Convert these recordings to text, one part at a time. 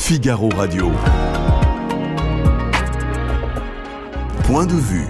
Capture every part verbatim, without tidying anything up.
Figaro Radio. Point de vue.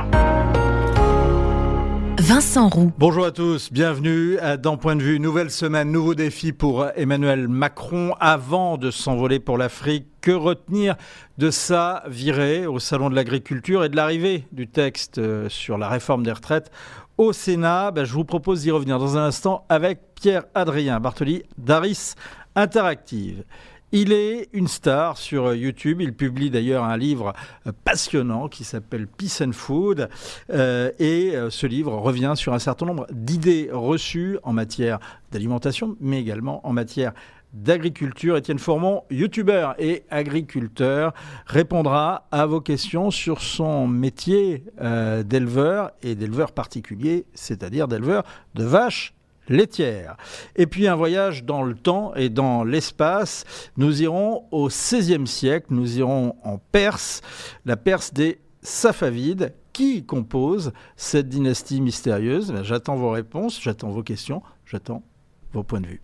Vincent Roux. Bonjour à tous, bienvenue dans Point de vue. Nouvelle semaine, nouveau défi pour Emmanuel Macron. Avant de s'envoler pour l'Afrique, que retenir de sa virée au Salon de l'Agriculture et de l'arrivée du texte sur la réforme des retraites au Sénat? Ben, je vous propose d'y revenir dans un instant avec Pierre-Adrien Bartoli d'Aris Interactive. Il est une star sur YouTube. Il publie d'ailleurs un livre passionnant qui s'appelle Peace and Food. Euh, et ce livre revient sur un certain nombre d'idées reçues en matière d'alimentation, mais également en matière d'agriculture. Étienne Formon, youtubeur et agriculteur, répondra à vos questions sur son métier euh, d'éleveur et d'éleveur particulier, c'est-à-dire d'éleveur de vaches laitière. Et puis un voyage dans le temps et dans l'espace. Nous irons au seizième siècle, nous irons en Perse, la Perse des Safavides. Qui compose cette dynastie mystérieuse? Ben, j'attends vos réponses, j'attends vos questions, j'attends vos points de vue.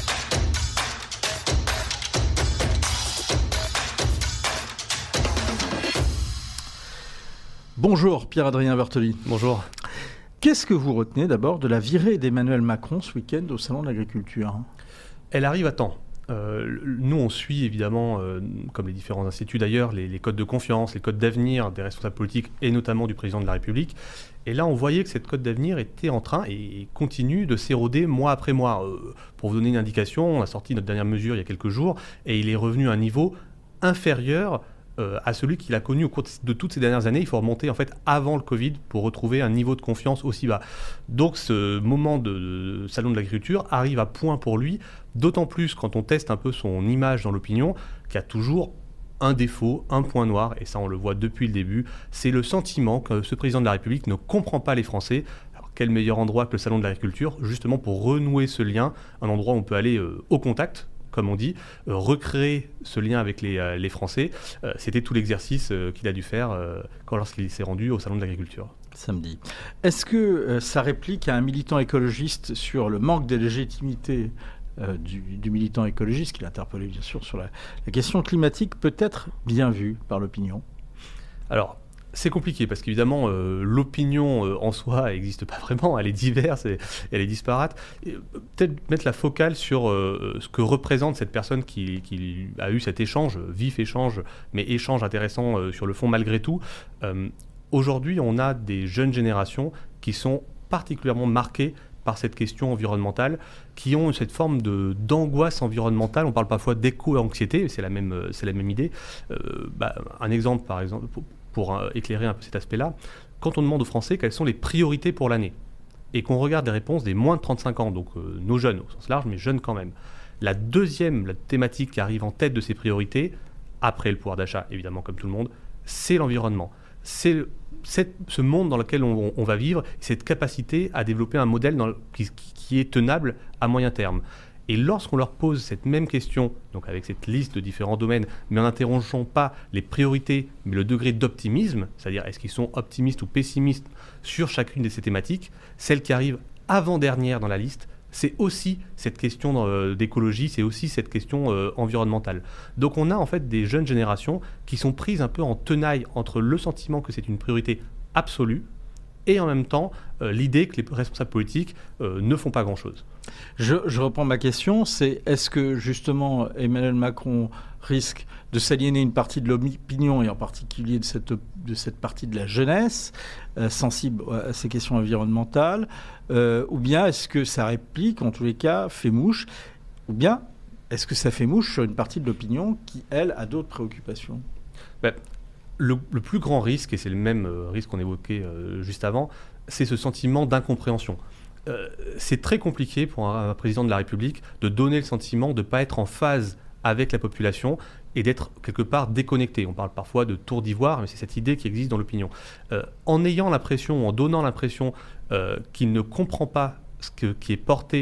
Bonjour Pierre-Adrien Bartoli. Bonjour. Qu'est-ce que vous retenez d'abord de la virée d'Emmanuel Macron ce week-end au Salon de l'Agriculture? Elle arrive à temps. Euh, nous, on suit évidemment, euh, comme les différents instituts d'ailleurs, les, les codes de confiance, les codes d'avenir des responsables politiques et notamment du président de la République. Et là, on voyait que cette cote d'avenir était en train et continue de s'éroder mois après mois. Euh, pour vous donner une indication, on a sorti notre dernière mesure il y a quelques jours et il est revenu à un niveau inférieur Euh, à celui qu'il a connu au cours de toutes ces dernières années. Il faut remonter en fait avant le Covid pour retrouver un niveau de confiance aussi bas. Donc ce moment de, de Salon de l'Agriculture arrive à point pour lui, d'autant plus quand on teste un peu son image dans l'opinion, qu'il y a toujours un défaut, un point noir, et ça on le voit depuis le début, c'est le sentiment que ce président de la République ne comprend pas les Français. Alors quel meilleur endroit que le Salon de l'Agriculture, justement pour renouer ce lien, un endroit où on peut aller euh, au contact, comme on dit, euh, recréer ce lien avec les, euh, les Français. Euh, c'était tout l'exercice euh, qu'il a dû faire euh, quand, lorsqu'il s'est rendu au Salon de l'Agriculture. Samedi. Est-ce que euh, ça réplique à un militant écologiste sur le manque de légitimité euh, du, du militant écologiste, qui l'interpellait bien sûr sur la, la question climatique, peut être bien vue par l'opinion? Alors, c'est compliqué parce qu'évidemment, euh, l'opinion euh, en soi n'existe pas vraiment, elle est diverse et elle est disparate. Et, euh, peut-être mettre la focale sur euh, ce que représente cette personne qui, qui a eu cet échange, vif échange, mais échange intéressant euh, sur le fond malgré tout. Euh, aujourd'hui, on a des jeunes générations qui sont particulièrement marquées par cette question environnementale, qui ont cette forme de, d'angoisse environnementale. On parle parfois d'éco-anxiété, c'est la même, c'est la même idée. Euh, bah, un exemple, par exemple, pour, pour euh, éclairer un peu cet aspect-là, quand on demande aux Français quelles sont les priorités pour l'année, et qu'on regarde les réponses des moins de trente-cinq ans, donc euh, nos jeunes au sens large, mais jeunes quand même, la deuxième la thématique qui arrive en tête de ces priorités, après le pouvoir d'achat, évidemment comme tout le monde, c'est l'environnement. C'est cette, ce monde dans lequel on, on va vivre, cette capacité à développer un modèle dans le, qui, qui est tenable à moyen terme. Et lorsqu'on leur pose cette même question, donc avec cette liste de différents domaines, mais en n'interrogeant pas les priorités, mais le degré d'optimisme, c'est-à-dire est-ce qu'ils sont optimistes ou pessimistes sur chacune de ces thématiques, celle qui arrive avant-dernière dans la liste, c'est aussi cette question euh, d'écologie, c'est aussi cette question euh, environnementale. Donc on a en fait des jeunes générations qui sont prises un peu en tenaille entre le sentiment que c'est une priorité absolue et en même temps euh, l'idée que les responsables politiques euh, ne font pas grand-chose. Je, je reprends ma question, c'est est-ce que justement Emmanuel Macron risque de s'aliéner une partie de l'opinion et en particulier de cette, de cette partie de la jeunesse euh, sensible à ces questions environnementales, euh, ou bien est-ce que ça réplique, en tous les cas, fait mouche, ou bien est-ce que ça fait mouche sur une partie de l'opinion qui, elle, a d'autres préoccupations? ben, le, le plus grand risque, et c'est le même euh, risque qu'on évoquait euh, juste avant, c'est ce sentiment d'incompréhension. Euh, c'est très compliqué pour un, un président de la République de donner le sentiment de ne pas être en phase avec la population et d'être quelque part déconnecté. On parle parfois de tour d'ivoire, mais c'est cette idée qui existe dans l'opinion. Euh, en ayant l'impression, en donnant l'impression euh, qu'il ne comprend pas ce que, qui est porté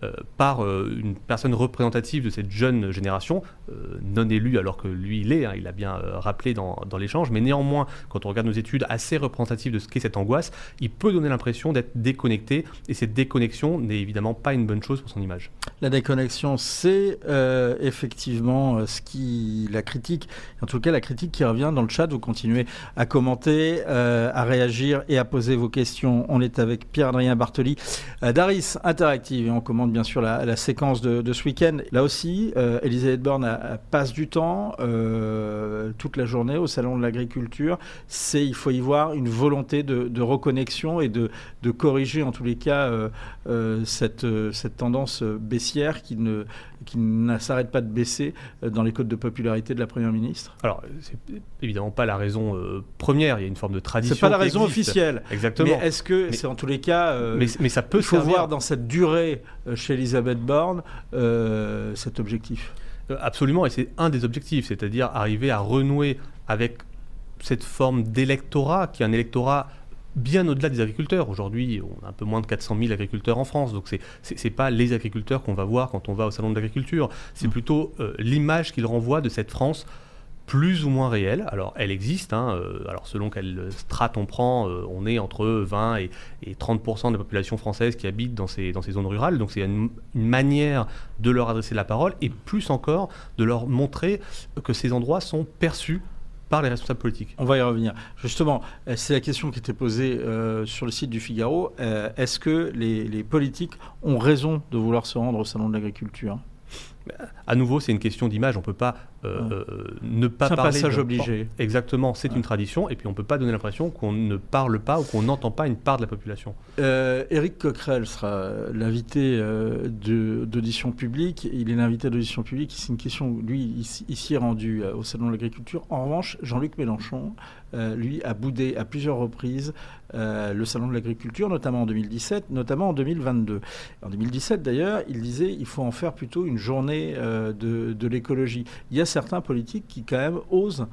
euh, par euh, une personne représentative de cette jeune génération, euh, non élue alors que lui il est, hein, il l'a bien euh, rappelé dans, dans l'échange, mais néanmoins, quand on regarde nos études assez représentatives de ce qu'est cette angoisse, il peut donner l'impression d'être déconnecté, et cette déconnexion n'est évidemment pas une bonne chose pour son image. La déconnexion, c'est euh, effectivement euh, ce qui, la critique, en tout cas la critique qui revient dans le chat. Vous continuez à commenter, euh, à réagir et à poser vos questions. On est avec Pierre-Adrien Bartoli euh, d'Aris Interactive, et on commande bien sûr la, la séquence de, de ce week-end. Là aussi, euh, Elisabeth Borne a, a, passe du temps euh, toute la journée au Salon de l'Agriculture. C'est, il faut y voir une volonté de, de reconnexion et de, de corriger en tous les cas euh, euh, cette, euh, cette tendance baissière qui ne, qui ne s'arrête pas de baisser dans les cotes de popularité de la Première ministre. Alors, c'est évidemment pas la raison euh, première, il y a une forme de tradition. C'est pas la qui raison existe. officielle. Exactement. Mais est-ce que, mais, c'est en tous les cas, euh, mais, mais ça peut il faut servir. voir dans cette durée euh, chez Elisabeth Borne euh, cet objectif. Euh, absolument, et c'est un des objectifs, c'est-à-dire arriver à renouer avec cette forme d'électorat, qui est un électorat bien au-delà des agriculteurs. Aujourd'hui, on a un peu moins de quatre cent mille agriculteurs en France, donc c'est, c'est, c'est pas les agriculteurs qu'on va voir quand on va au Salon de l'Agriculture, c'est mmh. plutôt euh, l'image qu'il renvoie de cette France plus ou moins réelle. Alors, elle existe, hein, euh, alors selon quelle strate on prend, euh, on est entre vingt et, et trente pour cent de la population française qui habite dans ces, dans ces zones rurales, donc c'est une, une manière de leur adresser la parole, et plus encore, de leur montrer que ces endroits sont perçus par les responsables politiques. On va y revenir. Justement, c'est la question qui était posée euh, sur le site du Figaro. Euh, est-ce que les, les politiques ont raison de vouloir se rendre au Salon de l'Agriculture ? À nouveau, c'est une question d'image. On ne peut pas euh, ouais. euh, ne pas c'est parler. C'est un passage de... obligé. Exactement, c'est ouais. une tradition. Et puis, on ne peut pas donner l'impression qu'on ne parle pas ou qu'on n'entend pas une part de la population. Euh, Éric Coquerel sera l'invité euh, de, d'audition publique. Il est l'invité d'audition publique. C'est une question, lui, ici, ici est rendu euh, au Salon de l'Agriculture. En revanche, Jean-Luc Mélenchon, euh, lui, a boudé à plusieurs reprises euh, le Salon de l'Agriculture, notamment en deux mille dix-sept, notamment en deux mille vingt-deux. En deux mille dix-sept, d'ailleurs, il disait qu'il faut en faire plutôt une journée euh, de, de l'écologie. Il y a certains politiques qui, quand même, osent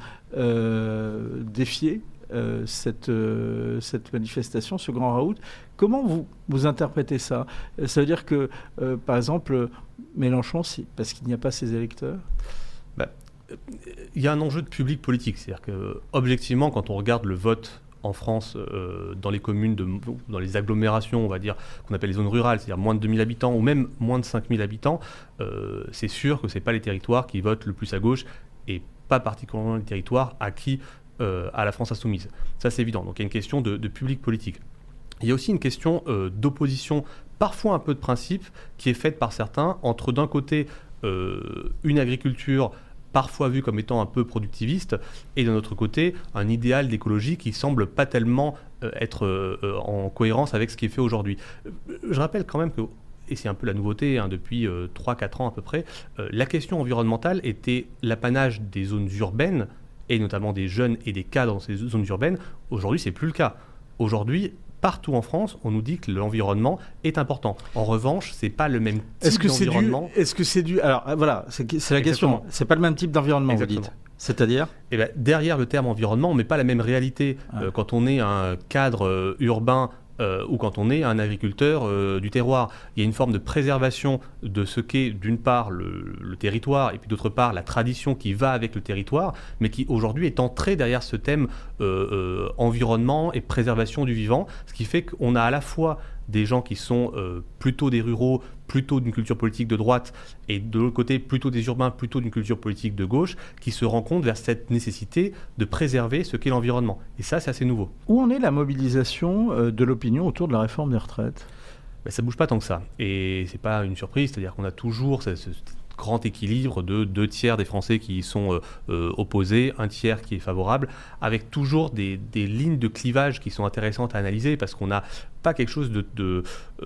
euh, défier euh, cette, euh, cette manifestation, ce grand raout. Comment vous, vous interprétez ça ? Ça veut dire que, euh, par exemple, Mélenchon, c'est parce qu'il n'y a pas ses électeurs ? bah, il y a un enjeu de public politique. C'est-à-dire que, objectivement, quand on regarde le vote en France, euh, dans les communes, de, dans les agglomérations, on va dire, qu'on appelle les zones rurales, c'est-à-dire moins de deux mille habitants ou même moins de cinq mille habitants, euh, c'est sûr que ce n'est pas les territoires qui votent le plus à gauche et pas particulièrement les territoires acquis euh, à la France insoumise. Ça, c'est évident. Donc, il y a une question de, de public politique. Il y a aussi une question euh, d'opposition, parfois un peu de principe, qui est faite par certains entre, d'un côté, euh, une agriculture parfois vu comme étant un peu productiviste, et d'un autre côté, un idéal d'écologie qui semble pas tellement euh, être euh, en cohérence avec ce qui est fait aujourd'hui. Je rappelle quand même que, et c'est un peu la nouveauté hein, depuis euh, trois à quatre ans à peu près, euh, la question environnementale était l'apanage des zones urbaines, et notamment des jeunes et des cadres dans ces zones urbaines. Aujourd'hui, c'est plus le cas. Aujourd'hui, partout en France, on nous dit que l'environnement est important. En revanche, c'est pas le même type est-ce que d'environnement. C'est dû, est-ce que c'est dû Alors voilà, c'est, c'est la Exactement. question. C'est pas le même type d'environnement, Exactement. vous dites. C'est-à-dire Eh ben, derrière le terme environnement, on met pas la même réalité ah. euh, quand on est un cadre euh, urbain euh, ou quand on est un agriculteur euh, du terroir. Il y a une forme de préservation de ce qu'est d'une part le, le territoire et puis d'autre part la tradition qui va avec le territoire, mais qui aujourd'hui est entrée derrière ce thème euh, euh, environnement et préservation du vivant, ce qui fait qu'on a à la fois des gens qui sont euh, plutôt des ruraux, plutôt d'une culture politique de droite, et de l'autre côté, plutôt des urbains, plutôt d'une culture politique de gauche, qui se rencontrent vers cette nécessité de préserver ce qu'est l'environnement. Et ça, c'est assez nouveau. Où en est la mobilisation euh, de l'opinion autour de la réforme des retraites ? Ben, ça ne bouge pas tant que ça. Et ce n'est pas une surprise, c'est-à-dire qu'on a toujours ce, ce grand équilibre de deux tiers des Français qui y sont euh, euh, opposés, un tiers qui est favorable, avec toujours des, des lignes de clivage qui sont intéressantes à analyser, parce qu'on n'a pas quelque chose de... de euh,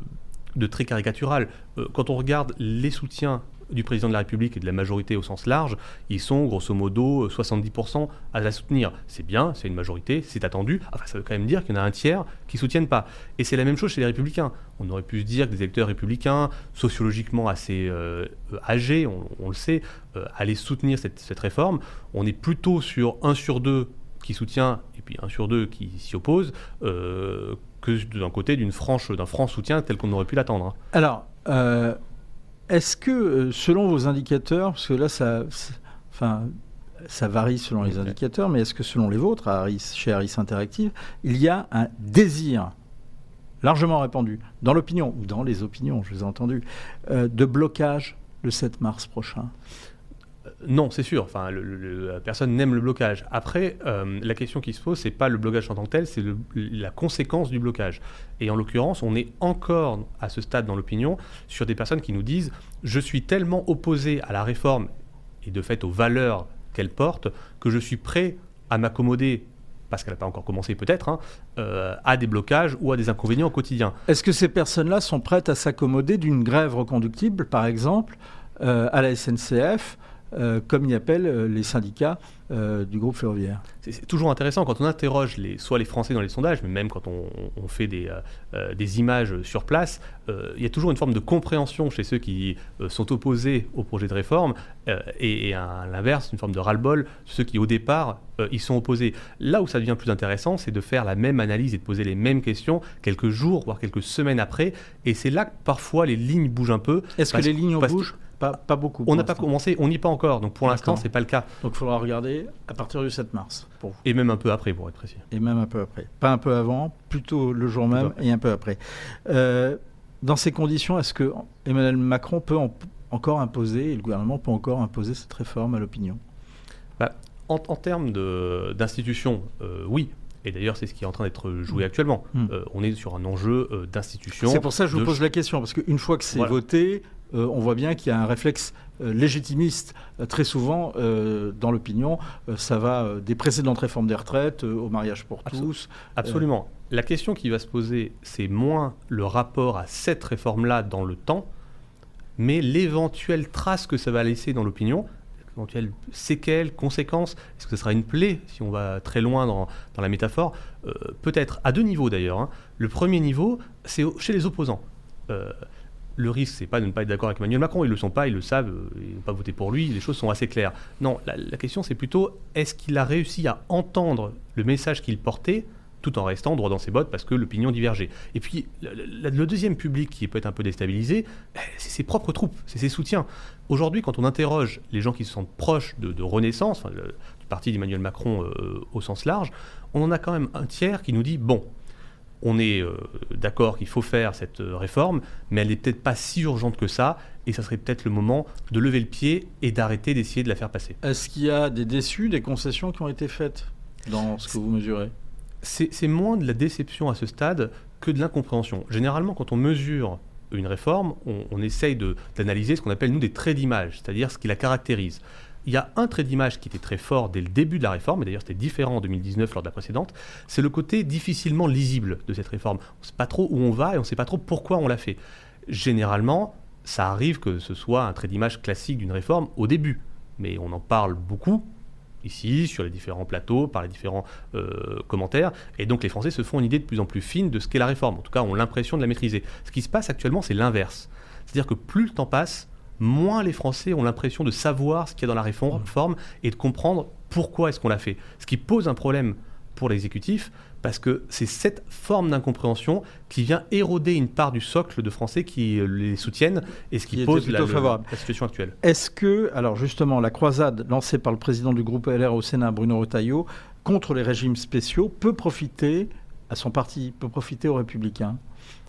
de très caricatural. Euh, quand on regarde les soutiens du président de la République et de la majorité au sens large, ils sont grosso modo soixante-dix pour cent à la soutenir. C'est bien, c'est une majorité, c'est attendu. Enfin, ça veut quand même dire qu'il y en a un tiers qui ne soutiennent pas. Et c'est la même chose chez les Républicains. On aurait pu se dire que des électeurs républicains, sociologiquement assez euh, âgés, on, on le sait, euh, allaient soutenir cette, cette réforme. On est plutôt sur un sur deux qui soutient et puis un sur deux qui s'y oppose, euh, que d'un côté d'une franche, d'un franc soutien tel qu'on aurait pu l'attendre. Alors, Euh, est-ce que, selon vos indicateurs, parce que là, ça, enfin, ça varie selon les okay. indicateurs, mais est-ce que selon les vôtres, à Harris, chez Harris Interactive, il y a un désir largement répandu dans l'opinion, ou dans les opinions, je vous ai entendu, euh, de blocage le sept mars prochain? Non, c'est sûr. Enfin, le, le, personne n'aime le blocage. Après, euh, la question qui se pose, c'est pas le blocage en tant que tel, c'est le, la conséquence du blocage. Et en l'occurrence, on est encore à ce stade dans l'opinion sur des personnes qui nous disent « Je suis tellement opposé à la réforme et de fait aux valeurs qu'elle porte que je suis prêt à m'accommoder, parce qu'elle n'a pas encore commencé peut-être, hein, euh, à des blocages ou à des inconvénients au quotidien. » Est-ce que ces personnes-là sont prêtes à s'accommoder d'une grève reconductible, par exemple, euh, à la S N C F, Euh, comme y appellent euh, les syndicats euh, du groupe ferroviaire? C'est, c'est toujours intéressant quand on interroge les, soit les Français dans les sondages, mais même quand on, on fait des, euh, des images sur place, euh, il y a toujours une forme de compréhension chez ceux qui euh, sont opposés au projet de réforme euh, et, et à l'inverse, une forme de ras-le-bol, ceux qui au départ euh, y sont opposés. Là où ça devient plus intéressant, c'est de faire la même analyse et de poser les mêmes questions quelques jours, voire quelques semaines après, et c'est là que parfois les lignes bougent un peu. Est-ce que les lignes bougent? Pas, pas beaucoup. On n'a pas commencé, on n'y est pas encore, donc pour D'accord. l'instant, c'est pas le cas. Donc il faudra regarder à partir du sept mars, pour vous. Et même un peu après, pour être précis. Et même un peu après. Pas un peu avant, plutôt le jour même et un peu après. Euh, dans ces conditions, est-ce que Emmanuel Macron peut en, encore imposer, et le gouvernement peut encore imposer cette réforme à l'opinion? bah, en, en termes de, d'institutions, euh, oui. Et d'ailleurs, c'est ce qui est en train d'être joué mmh. actuellement. Mmh. Euh, on est sur un enjeu euh, d'institution. C'est pour ça que je vous pose la question, parce qu'une fois que c'est voilà. voté, euh, on voit bien qu'il y a un réflexe euh, légitimiste. Euh, très souvent, euh, dans l'opinion, euh, ça va euh, des précédentes réformes des retraites euh, au mariage pour Absol- tous. Absolument. Euh... La question qui va se poser, c'est moins le rapport à cette réforme-là dans le temps, mais l'éventuelle trace que ça va laisser dans l'opinion, éventuelles séquelles, conséquences. Est-ce que ce sera une plaie, si on va très loin dans, dans la métaphore? euh, Peut-être, à deux niveaux d'ailleurs. Hein. Le premier niveau, c'est chez les opposants. Euh, le risque, c'est pas de ne pas être d'accord avec Emmanuel Macron. Ils le sont pas, ils le savent, ils n'ont pas voté pour lui, les choses sont assez claires. Non, la, la question, c'est plutôt, est-ce qu'il a réussi à entendre le message qu'il portait tout en restant droit dans ses bottes parce que l'opinion divergeait. Et puis, le, le, le deuxième public qui peut être un peu déstabilisé, c'est ses propres troupes, c'est ses soutiens. Aujourd'hui, quand on interroge les gens qui se sentent proches de, de Renaissance, enfin, le, du parti d'Emmanuel Macron euh, au sens large, on en a quand même un tiers qui nous dit « bon, on est euh, d'accord qu'il faut faire cette euh, réforme, mais elle n'est peut-être pas si urgente que ça, et ça serait peut-être le moment de lever le pied et d'arrêter d'essayer de la faire passer. » Est-ce qu'il y a des déçus, des concessions qui ont été faites dans ce que vous mesurez ? C'est, c'est moins de la déception à ce stade que de l'incompréhension. Généralement, quand on mesure une réforme, on, on essaye de, d'analyser ce qu'on appelle, nous, des traits d'image, c'est-à-dire ce qui la caractérise. Il y a un trait d'image qui était très fort dès le début de la réforme, et d'ailleurs c'était différent en deux mille dix-neuf lors de la précédente, c'est le côté difficilement lisible de cette réforme. On ne sait pas trop où on va et on ne sait pas trop pourquoi on l'a fait. Généralement, ça arrive que ce soit un trait d'image classique d'une réforme au début, mais on en parle beaucoup ici, sur les différents plateaux, par les différents euh, commentaires, et donc les Français se font une idée de plus en plus fine de ce qu'est la réforme. En tout cas, ont l'impression de la maîtriser. Ce qui se passe actuellement, c'est l'inverse. C'est-à-dire que plus le temps passe, moins les Français ont l'impression de savoir ce qu'il y a dans la réforme et de comprendre pourquoi est-ce qu'on l'a fait. Ce qui pose un problème pour l'exécutif, parce que c'est cette forme d'incompréhension qui vient éroder une part du socle de Français qui les soutiennent et ce qui, qui pose la, le, la situation actuelle. Est-ce que, alors justement, la croisade lancée par le président du groupe L R au Sénat, Bruno Retailleau, contre les régimes spéciaux, peut profiter à son parti, peut profiter aux Républicains ?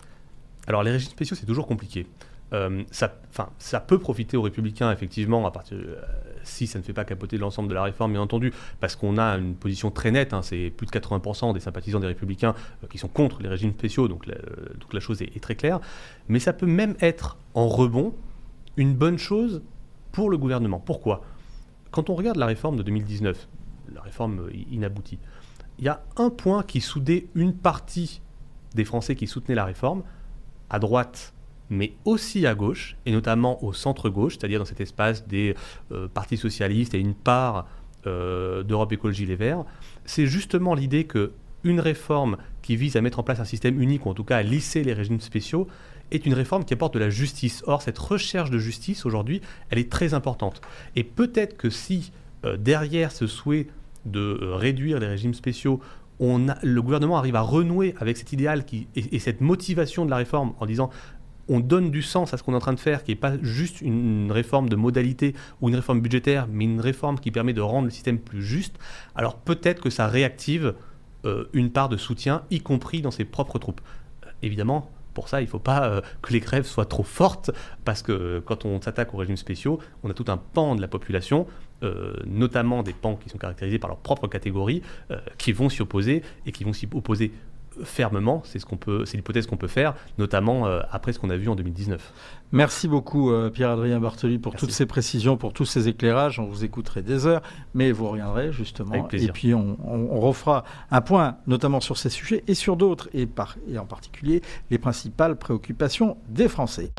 Alors les régimes spéciaux, c'est toujours compliqué. Euh, ça, ça peut profiter aux Républicains, effectivement, à partir, euh, si ça ne fait pas capoter l'ensemble de la réforme, bien entendu, parce qu'on a une position très nette, hein, c'est plus de quatre-vingts pour cent des sympathisants des Républicains euh, qui sont contre les régimes spéciaux, donc la, euh, donc la chose est, est très claire. Mais ça peut même être, en rebond, une bonne chose pour le gouvernement. Pourquoi ? Quand on regarde la réforme de deux mille dix-neuf, la réforme inaboutie, il y a un point qui soudait une partie des Français qui soutenaient la réforme, à droite, mais aussi à gauche, et notamment au centre-gauche, c'est-à-dire dans cet espace des euh, partis socialistes et une part euh, d'Europe Écologie Les Verts, c'est justement l'idée qu'une réforme qui vise à mettre en place un système unique, ou en tout cas à lisser les régimes spéciaux, est une réforme qui apporte de la justice. Or, cette recherche de justice, aujourd'hui, elle est très importante. Et peut-être que si, euh, derrière ce souhait de euh, réduire les régimes spéciaux, on a, le gouvernement arrive à renouer avec cet idéal qui, et, et cette motivation de la réforme en disant on donne du sens à ce qu'on est en train de faire, qui n'est pas juste une, une réforme de modalité ou une réforme budgétaire, mais une réforme qui permet de rendre le système plus juste, alors peut-être que ça réactive euh, une part de soutien, y compris dans ses propres troupes. Euh, évidemment, pour ça, il ne faut pas euh, que les grèves soient trop fortes, parce que euh, quand on s'attaque aux régimes spéciaux, on a tout un pan de la population, euh, notamment des pans qui sont caractérisés par leur propre catégorie, euh, qui vont s'y opposer, et qui vont s'y opposer fermement. C'est, ce qu'on peut, c'est l'hypothèse qu'on peut faire, notamment euh, après ce qu'on a vu en deux mille dix-neuf. Merci beaucoup euh, Pierre-Adrien Bartoli pour Merci. toutes ces précisions, pour tous ces éclairages. On vous écouterait des heures, mais vous reviendrez justement. Avec plaisir. Et puis on, on, on refera un point notamment sur ces sujets et sur d'autres, et, par, et en particulier les principales préoccupations des Français.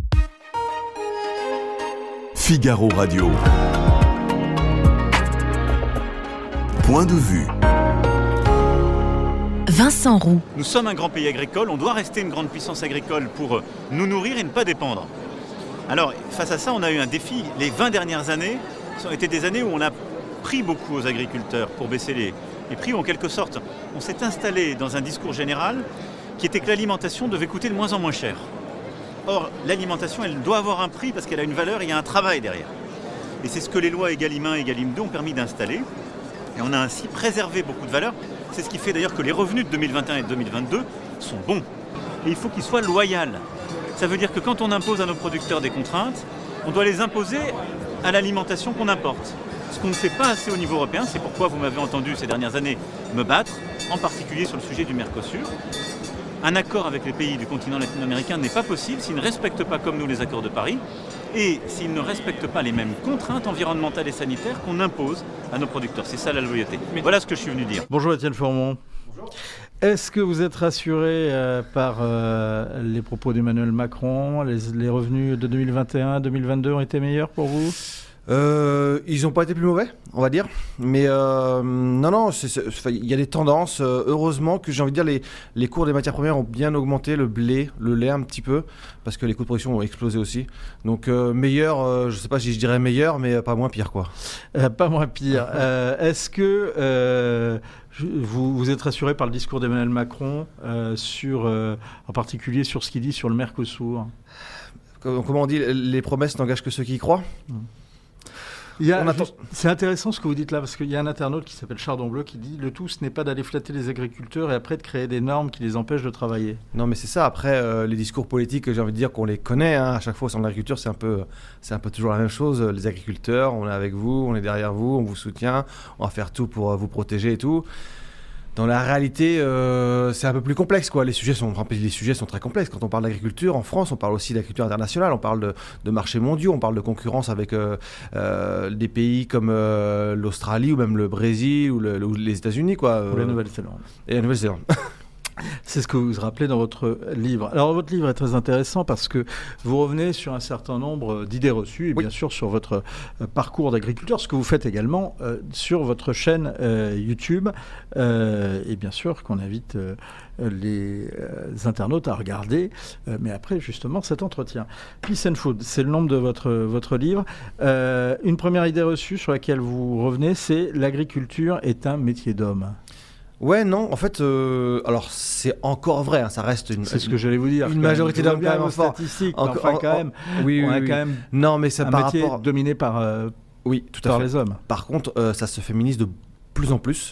Figaro Radio. Point de vue. Vincent Roux. Nous sommes un grand pays agricole, on doit rester une grande puissance agricole pour nous nourrir et ne pas dépendre. Alors, face à ça, on a eu un défi. Les vingt dernières années ont été des années où on a pris beaucoup aux agriculteurs pour baisser les, les prix. En quelque sorte, on s'est installé dans un discours général qui était que l'alimentation devait coûter de moins en moins cher. Or, l'alimentation, elle doit avoir un prix parce qu'elle a une valeur et il y a un travail derrière. Et c'est ce que les lois Egalim un et Egalim deux ont permis d'installer. Et on a ainsi préservé beaucoup de valeurs. C'est ce qui fait d'ailleurs que les revenus de deux mille vingt et un et de deux mille vingt-deux sont bons. Et il faut qu'ils soient loyaux. Ça veut dire que quand on impose à nos producteurs des contraintes, on doit les imposer à l'alimentation qu'on importe. Ce qu'on ne fait pas assez au niveau européen, c'est pourquoi vous m'avez entendu ces dernières années me battre, en particulier sur le sujet du Mercosur. Un accord avec les pays du continent latino-américain n'est pas possible s'ils ne respectent pas comme nous les accords de Paris et s'ils ne respectent pas les mêmes contraintes environnementales et sanitaires qu'on impose à nos producteurs. C'est ça la loyauté. Mais voilà ce que je suis venu dire. Bonjour Étienne Fourmont. Bonjour. Est-ce que vous êtes rassuré euh, par euh, les propos d'Emmanuel Macron ? les, les revenus de deux mille vingt et un à deux mille vingt-deux ont été meilleurs pour vous ? Euh, ils n'ont pas été plus mauvais, on va dire. Mais euh, non, non, il y a des tendances. Euh, heureusement que j'ai envie de dire les, les cours des matières premières ont bien augmenté, le blé, le lait un petit peu, parce que les coûts de production ont explosé aussi. Donc euh, meilleur, euh, je ne sais pas si je dirais meilleur, mais pas moins pire, quoi. Euh, pas moins pire. euh, est-ce que euh, vous, vous êtes rassuré par le discours d'Emmanuel Macron, euh, sur, euh, en particulier sur ce qu'il dit sur le Mercosur ? Comment on dit, les promesses n'engagent que ceux qui y croient ? mmh. Il y a, attend... C'est intéressant ce que vous dites là, parce qu'il y a un internaute qui s'appelle Chardon Bleu qui dit « Le tout, ce n'est pas d'aller flatter les agriculteurs et après de créer des normes qui les empêchent de travailler. » Non, mais c'est ça. Après, euh, les discours politiques, j'ai envie de dire qu'on les connaît. Hein. À chaque fois, sur l'agriculture, c'est un peu, c'est un peu toujours la même chose. Les agriculteurs, on est avec vous, on est derrière vous, on vous soutient, on va faire tout pour vous protéger et tout. Dans la réalité, euh, c'est un peu plus complexe, quoi. Les sujets sont, les sujets sont très complexes. Quand on parle d'agriculture, en France, on parle aussi d'agriculture internationale, on parle de, de marchés mondiaux, on parle de concurrence avec euh, euh, des pays comme euh, l'Australie ou même le Brésil ou, le, ou les États-Unis, quoi. Ou la Nouvelle-Zélande. Et la Nouvelle-Zélande. C'est ce que vous rappelez dans votre livre. Alors, votre livre est très intéressant parce que vous revenez sur un certain nombre d'idées reçues et oui. bien sûr sur votre euh, parcours d'agriculteur, ce que vous faites également euh, sur votre chaîne euh, YouTube euh, et bien sûr qu'on invite euh, les euh, internautes à regarder, euh, mais après justement cet entretien. Peace and Food, c'est le nom de votre, votre livre. Euh, une première idée reçue sur laquelle vous revenez, c'est l'agriculture est un métier d'homme. Ouais, non, en fait, euh, alors c'est encore vrai, hein, ça reste une. C'est ce que j'allais vous dire. Une majorité d'hommes quand même fort. Statistiques, en, enfin, en, quand même. Oui, on oui, a oui. quand même. Non, mais c'est un par métier rapport. dominé par. Euh, oui, tout à par fait. les hommes. Par contre, euh, ça se féminise de plus en plus,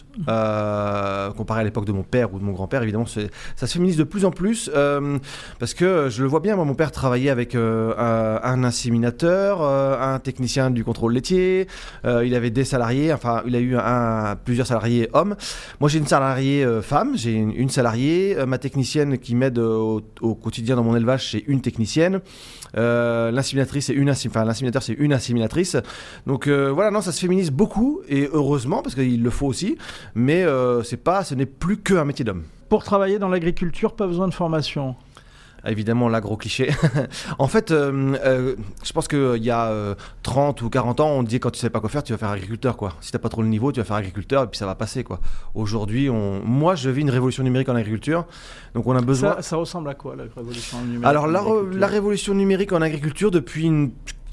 euh, comparé à l'époque de mon père ou de mon grand-père, évidemment, c'est, ça se féminise de plus en plus, euh, parce que je le vois bien, moi, mon père travaillait avec euh, un, un inséminateur, euh, un technicien du contrôle laitier, euh, il avait des salariés, enfin, il a eu un, plusieurs salariés hommes. Moi, j'ai une salariée euh, femme, j'ai une, une salariée, euh, ma technicienne qui m'aide au, au quotidien dans mon élevage, c'est une technicienne. Euh, l'inséminatrice c'est une insé... enfin, l'inséminateur c'est une inséminatrice, donc euh, voilà, non, ça se féminise beaucoup et heureusement parce qu'il le faut aussi, mais euh, c'est pas, ce n'est plus qu'un métier d'homme. Pour travailler dans l'agriculture, pas besoin de formation. Évidemment, là, gros cliché. En fait, euh, euh, je pense qu'il y a euh, trente ou quarante ans, on disait quand tu ne sais pas quoi faire, tu vas faire agriculteur, quoi. Si tu n'as pas trop le niveau, tu vas faire agriculteur et puis ça va passer, quoi. Aujourd'hui, on... moi, je vis une révolution numérique en agriculture. Donc, on a besoin... Ça, ça ressemble à quoi, la révolution numérique? Alors, la, re... la révolution numérique en agriculture, depuis une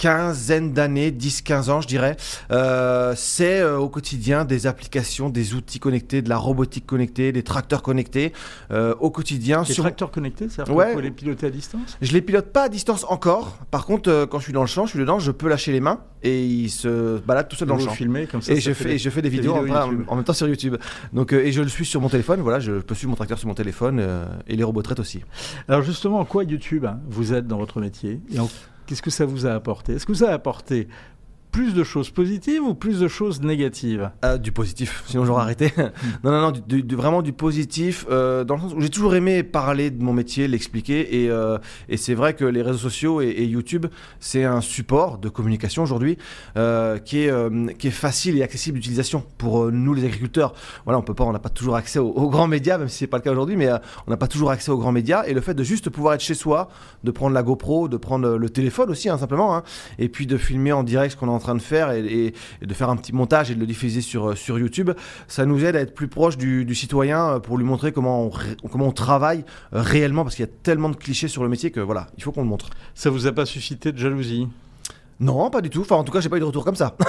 quinzaine d'années, dix quinze ans je dirais, euh, c'est euh, au quotidien des applications, des outils connectés, de la robotique connectée, des tracteurs connectés euh, au quotidien. Les sur... tracteurs connectés, c'est-à-dire Ouais. que vous pouvez les piloter à distance? Je les pilote pas à distance encore, par contre euh, quand je suis dans le champ, je suis dedans, je peux lâcher les mains et il se balade tout seul dans Vous le champ. filmez comme ça. Et ça je fait fais, des- et je fais des des vidéos, vidéos en, YouTube. en même temps sur YouTube. Donc, euh, et je le suis sur mon téléphone, voilà, je peux suivre mon tracteur sur mon téléphone euh, et les robots traitent aussi. Alors justement, en quoi YouTube hein, vous aide dans votre métier et en- qu'est-ce que ça vous a apporté? Est-ce que ça a apporté plus de choses positives ou plus de choses négatives? Euh, du positif, sinon j'aurais arrêté. non, non, non, du, du- du- vraiment du positif, euh, dans le sens où j'ai toujours aimé parler de mon métier, l'expliquer, et, euh, et c'est vrai que les réseaux sociaux et, et YouTube, c'est un support de communication aujourd'hui euh, qui, est, euh, qui est facile et accessible d'utilisation pour euh, nous les agriculteurs. Voilà, on peut pas, on n'a pas toujours accès aux, aux grands médias, même si c'est pas le cas aujourd'hui, mais euh, on n'a pas toujours accès aux grands médias, et le fait de juste pouvoir être chez soi, de prendre la GoPro, de prendre le téléphone aussi, hein, simplement, hein, et puis de filmer en direct ce qu'on est en train de faire et, et- et de faire un petit montage et de le diffuser sur, sur YouTube, ça nous aide à être plus proche du, du citoyen pour lui montrer comment on, ré- comment on travaille euh, réellement, parce qu'il y a tellement de clichés sur le métier que voilà, il faut qu'on le montre. Ça vous a pas suscité de jalousie? Non, pas du tout. Enfin, en tout cas, j'ai pas eu de retour comme ça.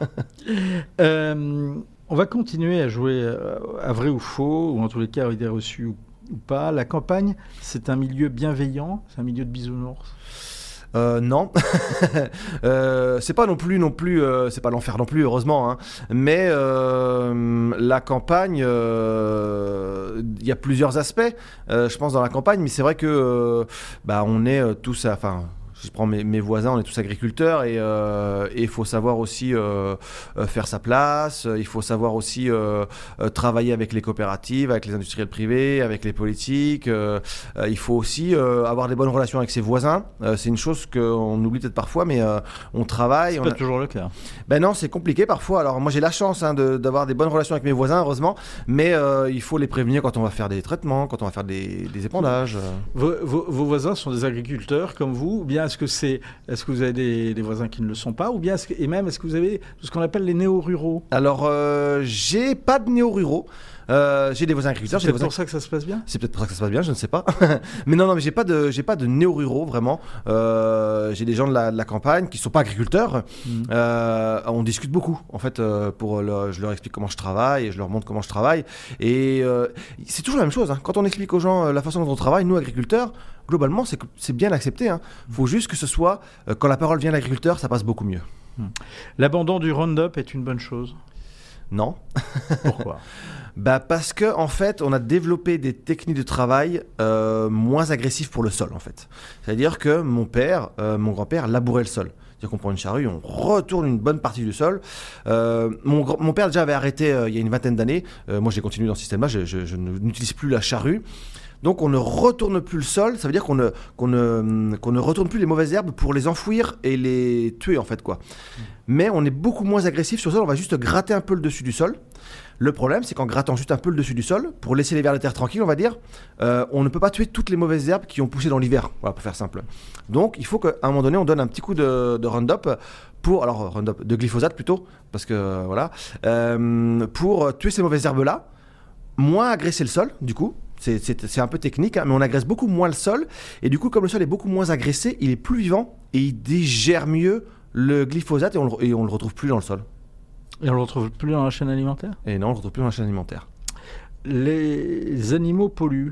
Euh, on va continuer à jouer euh, à vrai ou faux, ou en tous les cas idée reçue ou, ou pas. La campagne, c'est un milieu bienveillant, c'est un milieu de bisounours. Euh, non, euh, c'est pas non plus non plus, euh, c'est pas l'enfer non plus, heureusement. Hein. Mais euh, la campagne, euh, il y a plusieurs aspects, euh, je pense, dans la campagne. Mais c'est vrai que euh, bah, on est euh, tous, à- enfin. Je prends mes, mes voisins, on est tous agriculteurs et euh, et il faut savoir aussi euh, euh, faire sa place. Il faut savoir aussi euh, euh, travailler avec les coopératives, avec les industriels privés, avec les politiques. Euh, euh, il faut aussi euh, avoir des bonnes relations avec ses voisins. Euh, c'est une chose qu'on oublie peut-être parfois, mais euh, on travaille. C'est on pas a- toujours le cas. Ben non, c'est compliqué parfois. Alors moi j'ai la chance hein, de- d'avoir des bonnes relations avec mes voisins, heureusement. Mais euh, il faut les prévenir quand on va faire des traitements, quand on va faire des, des épandages. euh. Vos, vos- vos voisins sont des agriculteurs comme vous, ou bien est-ce que c'est, est-ce que vous avez des, des voisins qui ne le sont pas, ou bien est-ce que- et même est-ce que vous avez ce qu'on appelle les néo-ruraux? Alors, euh, j'ai pas de néo-ruraux. Euh, j'ai des voisins agriculteurs. C'est J'ai des peut-être voisins... pour ça que ça se passe bien. C'est peut-être pour ça que ça se passe bien, je ne sais pas. mais non, non, mais j'ai pas de, j'ai pas de néo-ruraux vraiment. Euh, j'ai des gens de la, de la campagne qui sont pas agriculteurs. Mhm. Euh, on discute beaucoup, en fait. Euh, pour le- je leur explique comment je travaille et je leur montre comment je travaille. Et euh, c'est toujours la même chose. Hein. Quand on explique aux gens euh, la façon dont on travaille, nous agriculteurs, globalement, c'est, que- c'est bien accepté. Il hein. faut juste que ce soit euh, quand la parole vient de l'agriculteur, ça passe beaucoup mieux. L'abandon du Roundup est une bonne chose. Non. Pourquoi? Bah parce que en fait, on a développé des techniques de travail euh, moins agressives pour le sol en fait. C'est-à-dire que mon père, euh, mon grand-père labourait le sol. C'est-à-dire qu'on prend une charrue, on retourne une bonne partie du sol. Euh, mon, grand- mon père déjà avait arrêté euh, il y a une vingtaine d'années. Euh, moi, j'ai continué dans ce système-là. Je, je- je ne- n'utilise plus la charrue. Donc, on ne retourne plus le sol. Ça veut dire qu'on ne, qu'on ne, qu'on ne retourne plus les mauvaises herbes pour les enfouir et les tuer en fait quoi. Mais on est beaucoup moins agressif sur le sol. On va juste gratter un peu le dessus du sol. Le problème, c'est qu'en grattant juste un peu le dessus du sol, pour laisser les vers de terre tranquilles, on va dire, euh, on ne peut pas tuer toutes les mauvaises herbes qui ont poussé dans l'hiver, voilà, pour faire simple. Donc, il faut qu'à un moment donné, on donne un petit coup de, de Roundup pour, alors Roundup, de glyphosate plutôt, parce que euh, voilà, euh, pour tuer ces mauvaises herbes-là, moins agresser le sol, du coup. C'est, c'est, c'est un peu technique, hein, mais on agresse beaucoup moins le sol. Et du coup, comme le sol est beaucoup moins agressé, il est plus vivant et il digère mieux le glyphosate et on le, et on le retrouve plus dans le sol. Et on le retrouve plus dans la chaîne alimentaire? Et non, on le retrouve plus dans la chaîne alimentaire. Les animaux polluent.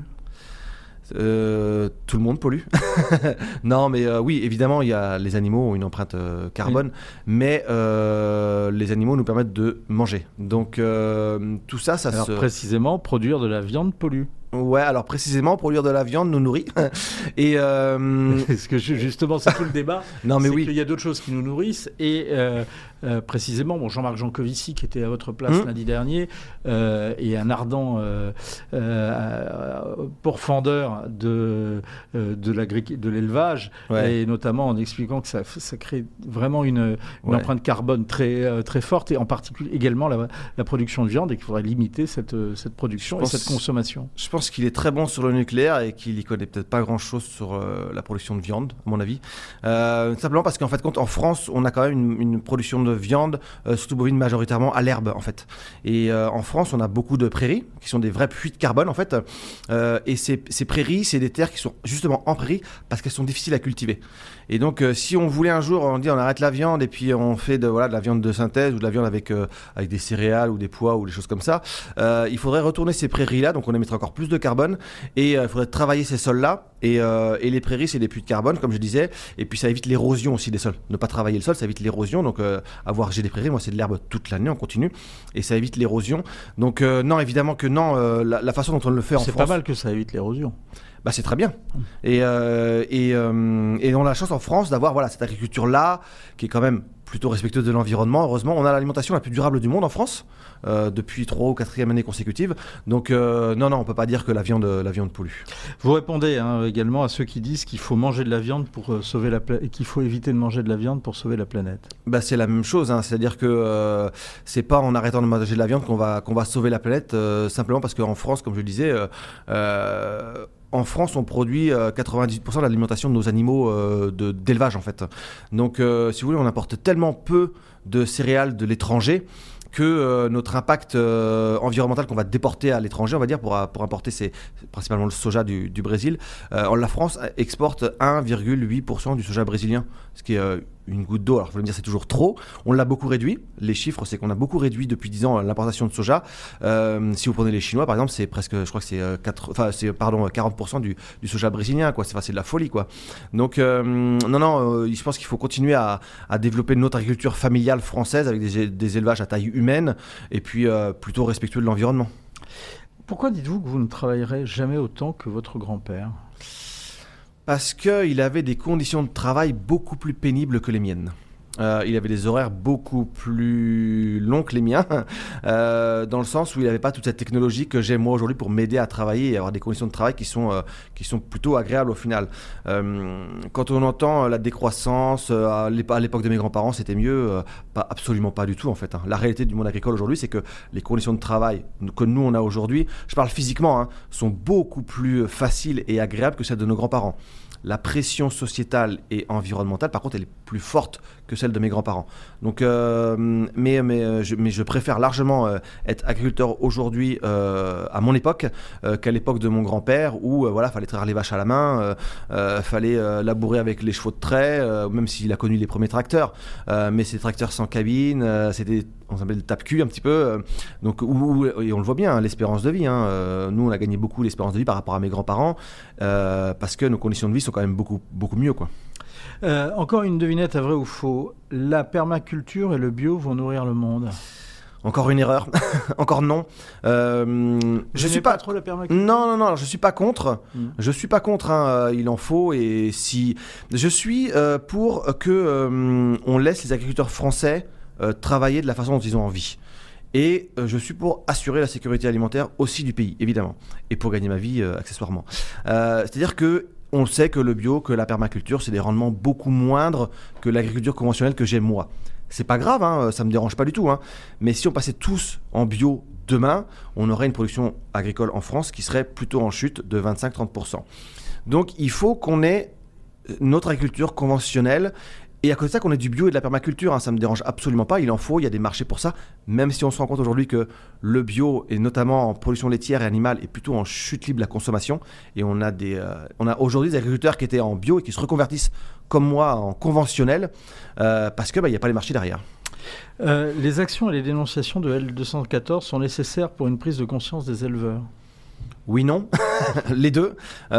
Euh, tout le monde pollue. non, mais euh, oui, évidemment, il y a les animaux ont une empreinte euh, carbone, mais euh, les animaux nous permettent de manger. Donc euh, tout ça, ça Alors se. précisément, produire de la viande pollue. Ouais, alors précisément, produire de la viande nous nourrit. Et euh... Parce que ju- justement, c'est tout le débat. non, mais c'est oui. qu'il y a d'autres choses qui nous nourrissent. Et euh, euh, précisément, bon, Jean-Marc Jancovici, qui était à votre place Mmh. lundi dernier, euh, est un ardent euh, euh, pourfendeur de, euh, de, l'agric- de l'élevage, Ouais. et notamment en expliquant que ça, ça crée vraiment une, une Ouais. empreinte carbone très, euh, très forte, et en particulier également la, la production de viande, et qu'il faudrait limiter cette, cette production Je et pense- cette consommation. Je pense pense qu'il est très bon sur le nucléaire et qu'il y connaît peut-être pas grand-chose sur euh, la production de viande, à mon avis. Euh, simplement parce qu'en fait, compte, en France, on a quand même une, une production de viande, euh, surtout bovine majoritairement à l'herbe, en fait. Et euh, en France, on a beaucoup de prairies qui sont des vrais puits de carbone, en fait. Euh, et ces, ces prairies, c'est des terres qui sont justement en prairie parce qu'elles sont difficiles à cultiver. Et donc, euh, si on voulait un jour, on dit on arrête la viande et puis on fait de, voilà, de la viande de synthèse ou de la viande avec, euh, avec des céréales ou des pois ou des choses comme ça, euh, il faudrait retourner ces prairies-là, donc on émettrait encore plus de carbone et il euh, faudrait travailler ces sols-là. Et, euh, et les prairies, c'est des puits de carbone, comme je disais, et puis ça évite l'érosion aussi des sols. Ne pas travailler le sol, ça évite l'érosion. Donc, euh, avoir j'ai des prairies, moi, c'est de l'herbe toute l'année, on continue, et ça évite l'érosion. Donc, euh, non, évidemment que non, euh, la, la façon dont on le fait en c'est France. C'est pas mal que ça évite l'érosion. Bah, c'est très bien. Et, euh, et, euh, et on a la chance en France d'avoir voilà, cette agriculture-là, qui est quand même plutôt respectueuse de l'environnement. Heureusement, on a l'alimentation la plus durable du monde en France, euh, depuis trois ou quatrième année consécutive. Donc, euh, non, non, on ne peut pas dire que la viande, la viande pollue. Vous répondez hein, également à ceux qui disent qu'il faut manger de la viande pour euh, sauver la planète, et qu'il faut éviter de manger de la viande pour sauver la planète. Bah, c'est la même chose, hein. C'est-à-dire que euh, c'est pas en arrêtant de manger de la viande qu'on va, qu'on va sauver la planète, euh, simplement parce qu'en France, comme je le disais, euh, euh, en France, on produit euh, quatre-vingt-dix pour cent de l'alimentation de nos animaux euh, de, d'élevage, en fait. Donc, euh, si vous voulez, on importe tellement peu de céréales de l'étranger que euh, notre impact euh, environnemental qu'on va déporter à l'étranger, on va dire, pour, pour importer, c'est principalement le soja du, du Brésil. Euh, la France exporte un virgule huit pour cent du soja brésilien, ce qui est euh, une goutte d'eau. Alors, vous allez me dire, c'est toujours trop. On l'a beaucoup réduit. Les chiffres, c'est qu'on a beaucoup réduit depuis dix ans l'importation de soja. Euh, si vous prenez les Chinois, par exemple, c'est presque, je crois que c'est, quatre, enfin, c'est pardon, quarante pour cent du, du soja brésilien, quoi. C'est, enfin, c'est de la folie, quoi. Donc, euh, non, non, euh, je pense qu'il faut continuer à, à développer notre agriculture familiale française avec des, des élevages à taille humaine et puis euh, plutôt respectueux de l'environnement. Pourquoi dites-vous que vous ne travaillerez jamais autant que votre grand-père ? Parce qu'il avait des conditions de travail beaucoup plus pénibles que les miennes. Euh, il avait des horaires beaucoup plus longs que les miens, euh, dans le sens où il n'avait pas toute cette technologie que j'ai moi aujourd'hui pour m'aider à travailler et avoir des conditions de travail qui sont, euh, qui sont plutôt agréables au final. Euh, quand on entend la décroissance, euh, à l'époque de mes grands-parents c'était mieux, euh, pas, absolument pas du tout en fait. Hein. La réalité du monde agricole aujourd'hui, c'est que les conditions de travail que nous on a aujourd'hui, je parle physiquement, hein, sont beaucoup plus faciles et agréables que celles de nos grands-parents. La pression sociétale et environnementale, par contre, elle est plus forte que celle de mes grands-parents. Donc, euh, mais, mais, je, mais je préfère largement euh, être agriculteur aujourd'hui euh, à mon époque euh, qu'à l'époque de mon grand-père où euh, voilà, fallait traire les vaches à la main, euh, euh, fallait euh, labourer avec les chevaux de trait, euh, même s'il a connu les premiers tracteurs. Euh, mais ces tracteurs sans cabine, euh, c'était, on s'appelle le tape-cul un petit peu. Euh, donc, où, et on le voit bien, hein, l'espérance de vie. Hein, euh, nous, on a gagné beaucoup l'espérance de vie par rapport à mes grands-parents euh, parce que nos conditions de vie sont quand même beaucoup, beaucoup mieux, quoi. Euh, encore une devinette à vrai ou faux. La permaculture et le bio vont nourrir le monde. Encore une erreur. Encore non. Euh, je je suis pas pas trop la permaculture. Non, non, non. Je suis pas contre. Mmh. Je suis pas contre. Hein, il en faut. Et si je suis euh, pour que euh, on laisse les agriculteurs français euh, travailler de la façon dont ils ont envie. Et euh, je suis pour assurer la sécurité alimentaire aussi du pays, évidemment, et pour gagner ma vie euh, accessoirement. Euh, c'est-à-dire que on sait que le bio, que la permaculture, c'est des rendements beaucoup moindres que l'agriculture conventionnelle que j'aime moi. C'est pas grave, hein, ça me dérange pas du tout. Hein. Mais si on passait tous en bio demain, on aurait une production agricole en France qui serait plutôt en chute de vingt-cinq à trente pour cent. Donc il faut qu'on ait notre agriculture conventionnelle. Et à côté de ça, qu'on ait du bio et de la permaculture, hein, ça ne me dérange absolument pas, il en faut, il y a des marchés pour ça, même si on se rend compte aujourd'hui que le bio, et notamment en production laitière et animale, est plutôt en chute libre de la consommation. Et on a, des, euh, on a aujourd'hui des agriculteurs qui étaient en bio et qui se reconvertissent, comme moi, en conventionnel, euh, parce qu'il bah, n'y a pas les marchés derrière. Euh, les actions et les dénonciations de L deux cent quatorze sont nécessaires pour une prise de conscience des éleveurs ? Oui, non, les deux.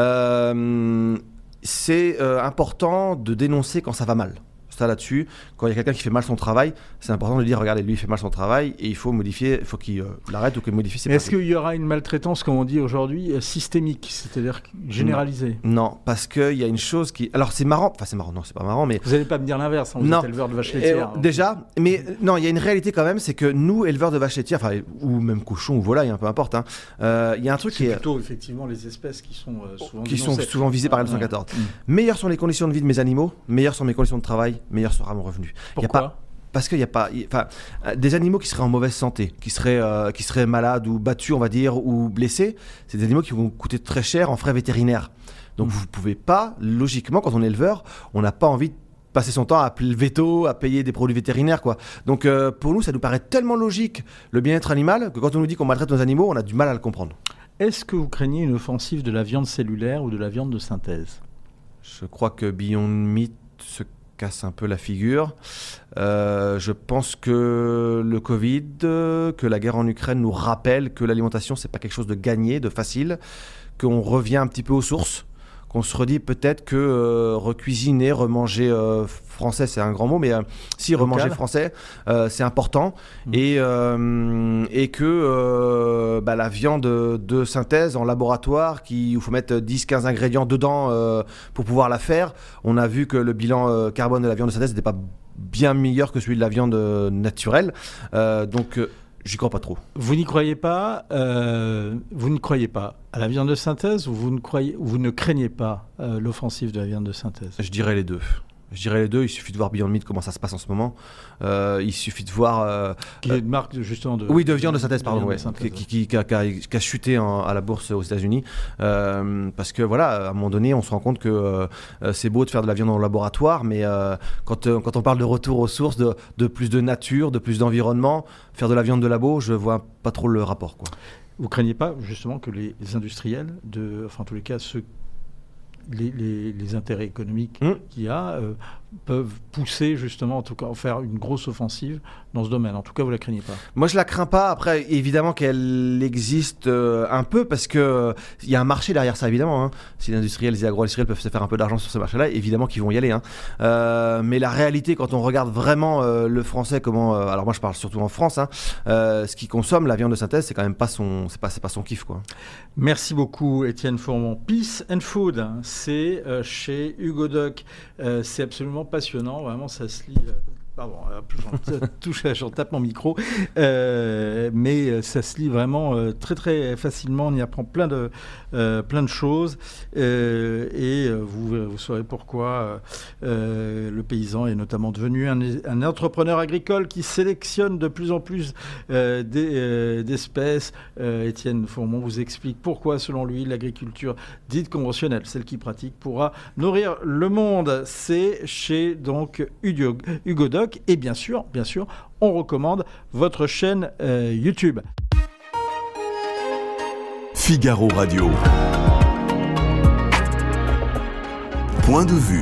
Euh, c'est euh, important de dénoncer quand ça va mal. Ça là-dessus, quand il y a quelqu'un qui fait mal son travail, c'est important de lui dire regardez, lui il fait mal son travail et il faut modifier, il faut qu'il euh, l'arrête ou qu'il modifie ses pratiques. Est-ce qu'il y aura aura une maltraitance, comme on dit aujourd'hui, systémique, c'est-à-dire généralisée ? Non, non, parce qu'il y a une chose qui. Alors c'est marrant, enfin c'est marrant, non, c'est pas marrant, mais. Vous n'allez pas me dire l'inverse, hein, vous non. êtes éleveur de vaches laitières. Et, déjà, mais non, il y a une réalité quand même, c'est que nous, éleveurs de vaches laitières, enfin, ou même cochons ou volailles, hein, peu importe, il hein, euh, y a un truc c'est qui est. C'est plutôt effectivement les espèces qui sont euh, souvent qui dénoncées. sont souvent visées par L deux cent quatorze. Ouais. Mmh. Meilleures sont les conditions de vie de mes animaux, meilleures sont mes conditions de travail, meilleures sera mon revenu. Pourquoi ? parce qu'il y a pas, enfin, des animaux qui seraient en mauvaise santé, qui seraient, euh, qui seraient malades ou battus, on va dire, ou blessés, c'est des animaux qui vont coûter très cher en frais vétérinaires. Donc mmh. vous ne pouvez pas, logiquement, quand on est éleveur, on n'a pas envie de passer son temps à appeler le veto, à payer des produits vétérinaires, quoi. Donc euh, pour nous, ça nous paraît tellement logique, le bien-être animal, que quand on nous dit qu'on maltraite nos animaux, on a du mal à le comprendre. Est-ce que vous craignez une offensive de la viande cellulaire ou de la viande de synthèse ? Je crois que Beyond Meat se casse un peu la figure. Euh, je pense que le Covid, que la guerre en Ukraine nous rappelle que l'alimentation, c'est pas quelque chose de gagné, de facile, qu'on revient un petit peu aux sources, qu'on se redit peut-être que euh, recuisiner, remanger euh, français, c'est un grand mot, mais euh, si Local. remanger français, euh, c'est important. Mmh. Et, euh, et que euh, bah, la viande de synthèse en laboratoire, qui, où il faut mettre dix à quinze ingrédients dedans euh, pour pouvoir la faire, on a vu que le bilan euh, carbone de la viande de synthèse n'était pas bien meilleur que celui de la viande euh, naturelle. Euh, donc... Euh, J'y crois pas trop. Vous n'y croyez pas, euh, vous ne croyez pas à la viande de synthèse ou vous ne, croyez, vous ne craignez pas euh, l'offensive de la viande de synthèse ? Je dirais les deux. Je dirais les deux, il suffit de voir Beyond Meat, comment ça se passe en ce moment. Euh, il suffit de voir... Euh, qui est une marque justement de... Oui, de viande de synthèse, pardon, ouais, synthèse, qui, qui, qui, a, qui, a, qui a chuté en, à la bourse aux États-Unis. Euh, parce que voilà, à un moment donné, on se rend compte que euh, c'est beau de faire de la viande en laboratoire, mais euh, quand, euh, quand on parle de retour aux sources, de, de plus de nature, de plus d'environnement, faire de la viande de labo, je vois pas trop le rapport, quoi. Vous craignez pas justement que les, les industriels, de, enfin en tous les cas ceux Les, les, les intérêts économiques mmh. qu'il y a euh, peuvent pousser justement, en tout cas, faire une grosse offensive dans ce domaine. En tout cas, vous la craignez pas ? Moi, je la crains pas. Après, évidemment qu'elle existe euh, un peu parce que euh, il y a un marché derrière ça, évidemment. Hein. Si les industriels, les agro-industriels peuvent se faire un peu d'argent sur ce marché-là, évidemment qu'ils vont y aller. Hein. Euh, mais la réalité, quand on regarde vraiment euh, le français, comment, euh, alors moi, je parle surtout en France, hein, euh, ce qui consomme la viande de synthèse, c'est quand même pas son, c'est pas, c'est pas son kiff, quoi. Merci beaucoup, Étienne Fourmont. Peace and Food, c'est euh, chez Hugo Doc. Euh, c'est absolument passionnant, vraiment, ça se lit. Euh, pardon, j'en, touche, j'en tape mon micro, euh, mais ça se lit vraiment euh, très très facilement. On y apprend plein de euh, plein de choses, euh, et vous vous saurez pourquoi euh, le paysan est notamment devenu un, un entrepreneur agricole qui sélectionne de plus en plus euh, des, euh, d'espèces. Euh, Étienne Fourmont vous explique pourquoi, selon lui, l'agriculture dite conventionnelle, celle qui pratique, pourra nourrir le monde. C'est chez donc Hugo, Hugo Doc. Et bien sûr, bien sûr, on recommande votre chaîne euh, YouTube. Figaro Radio. Point de vue.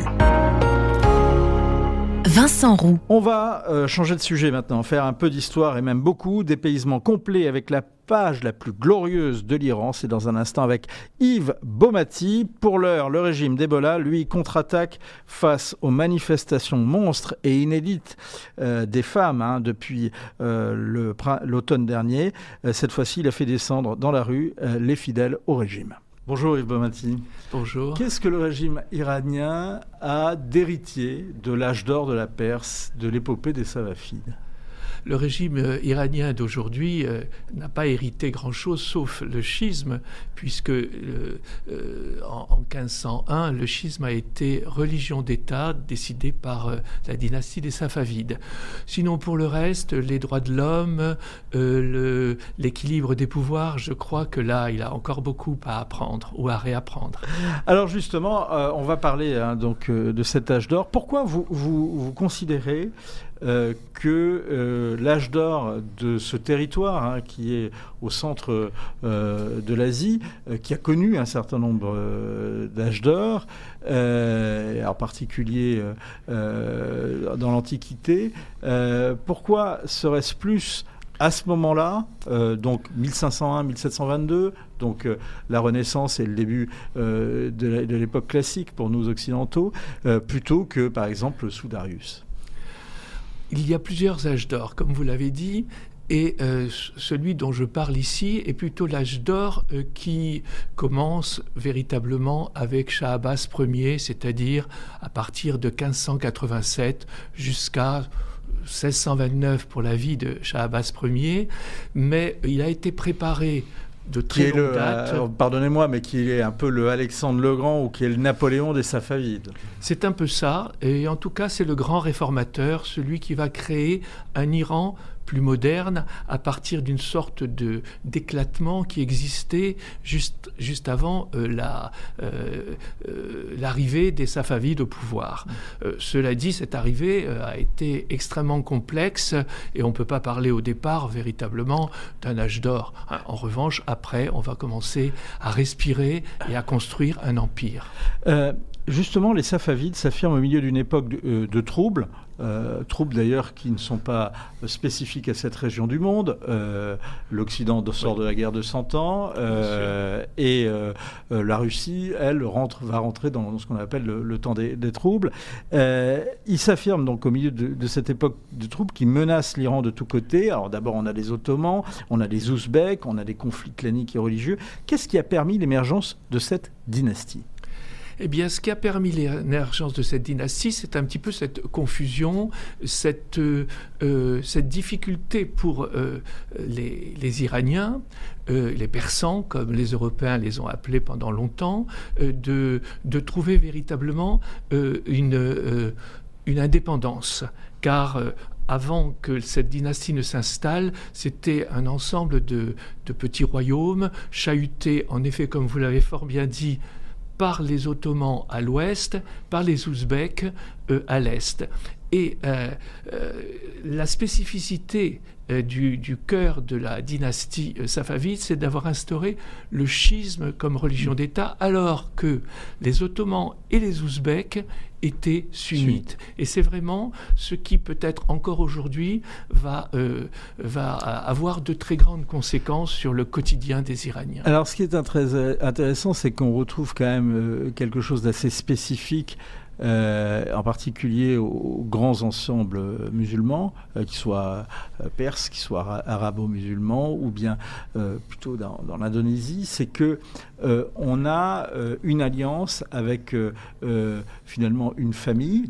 Vincent Roux. On va euh, changer de sujet maintenant, faire un peu d'histoire et même beaucoup, dépaysement complet avec la page la plus glorieuse de l'Iran. C'est dans un instant avec Yves Baumati. Pour l'heure, le régime d'Ebola, lui, contre-attaque face aux manifestations monstres et inédites euh, des femmes hein, depuis euh, le, l'automne dernier. Euh, cette fois-ci, il a fait descendre dans la rue euh, les fidèles au régime. Bonjour Yves Baumati. Bonjour. Qu'est-ce que le régime iranien a d'héritier de l'âge d'or de la Perse, de l'épopée des Safavides ? Le régime euh, iranien d'aujourd'hui euh, n'a pas hérité grand-chose sauf le schisme, puisque euh, euh, en, en quinze cent un, le schisme a été religion d'État décidée par euh, la dynastie des Safavides. Sinon, pour le reste, les droits de l'homme, euh, le, l'équilibre des pouvoirs, je crois que là, il a encore beaucoup à apprendre ou à réapprendre. Alors justement, euh, on va parler hein, donc, euh, de cet âge d'or. Pourquoi vous, vous, vous considérez Euh, que euh, l'âge d'or de ce territoire hein, qui est au centre euh, de l'Asie, euh, qui a connu un certain nombre euh, d'âges d'or, euh, en particulier euh, dans l'Antiquité, euh, pourquoi serait-ce plus à ce moment-là, euh, donc mille cinq cent un à mille sept cent vingt-deux, donc euh, la Renaissance et le début euh, de, la, de l'époque classique pour nous occidentaux, euh, plutôt que par exemple sous Darius ? Il y a plusieurs âges d'or, comme vous l'avez dit, et euh, celui dont je parle ici est plutôt l'âge d'or euh, qui commence véritablement avec Shah Abbas Ier, c'est-à-dire à partir de quinze cent quatre-vingt-sept jusqu'à seize cent vingt-neuf pour la vie de Shah Abbas Ier, mais il a été préparé de très longue le, date. Euh, pardonnez-moi, mais qui est un peu le Alexandre le Grand ou qui est le Napoléon des Safavides. C'est un peu ça, et en tout cas c'est le grand réformateur, celui qui va créer un Iran plus moderne à partir d'une sorte de, d'éclatement qui existait juste, juste avant euh, la, euh, euh, l'arrivée des Safavides au pouvoir. Euh, cela dit, cette arrivée euh, a été extrêmement complexe et on ne peut pas parler au départ véritablement d'un âge d'or. Hein, en revanche, après, on va commencer à respirer et à construire un empire. Euh, justement, les Safavides s'affirment au milieu d'une époque de, euh, de troubles, Euh, troubles d'ailleurs qui ne sont pas spécifiques à cette région du monde. Euh, L'Occident sort oui. de la guerre de Cent Ans euh, et euh, euh, la Russie, elle, rentre, va rentrer dans, dans ce qu'on appelle le, le temps des, des troubles. Euh, ils s'affirment donc au milieu de, de cette époque de troubles qui menace l'Iran de tous côtés. Alors d'abord, on a les Ottomans, on a les Ouzbeks, on a des conflits claniques et religieux. Qu'est-ce qui a permis l'émergence de cette dynastie ? Eh bien, ce qui a permis l'émergence de cette dynastie, c'est un petit peu cette confusion, cette, euh, cette difficulté pour euh, les, les Iraniens, euh, les Persans, comme les Européens les ont appelés pendant longtemps, euh, de, de trouver véritablement euh, une, euh, une indépendance. Car euh, avant que cette dynastie ne s'installe, c'était un ensemble de, de petits royaumes, chahutés, en effet, comme vous l'avez fort bien dit, par les Ottomans à l'ouest, par les Ouzbeks euh, à l'est. Et euh, euh, la spécificité euh, du, du cœur de la dynastie euh, safavide, c'est d'avoir instauré le schisme comme religion d'État, alors que les Ottomans et les Ouzbeks étaient sunnites. Et c'est vraiment ce qui, peut-être encore aujourd'hui, va, euh, va avoir de très grandes conséquences sur le quotidien des Iraniens. Alors, ce qui est très intéressant, c'est qu'on retrouve quand même euh, quelque chose d'assez spécifique, Euh, en particulier aux grands ensembles musulmans, euh, qu'ils soient euh, perses, qu'ils soient ara- arabo-musulmans, ou bien euh, plutôt dans, dans l'Indonésie, c'est que euh, on a euh, une alliance avec euh, euh, finalement une famille,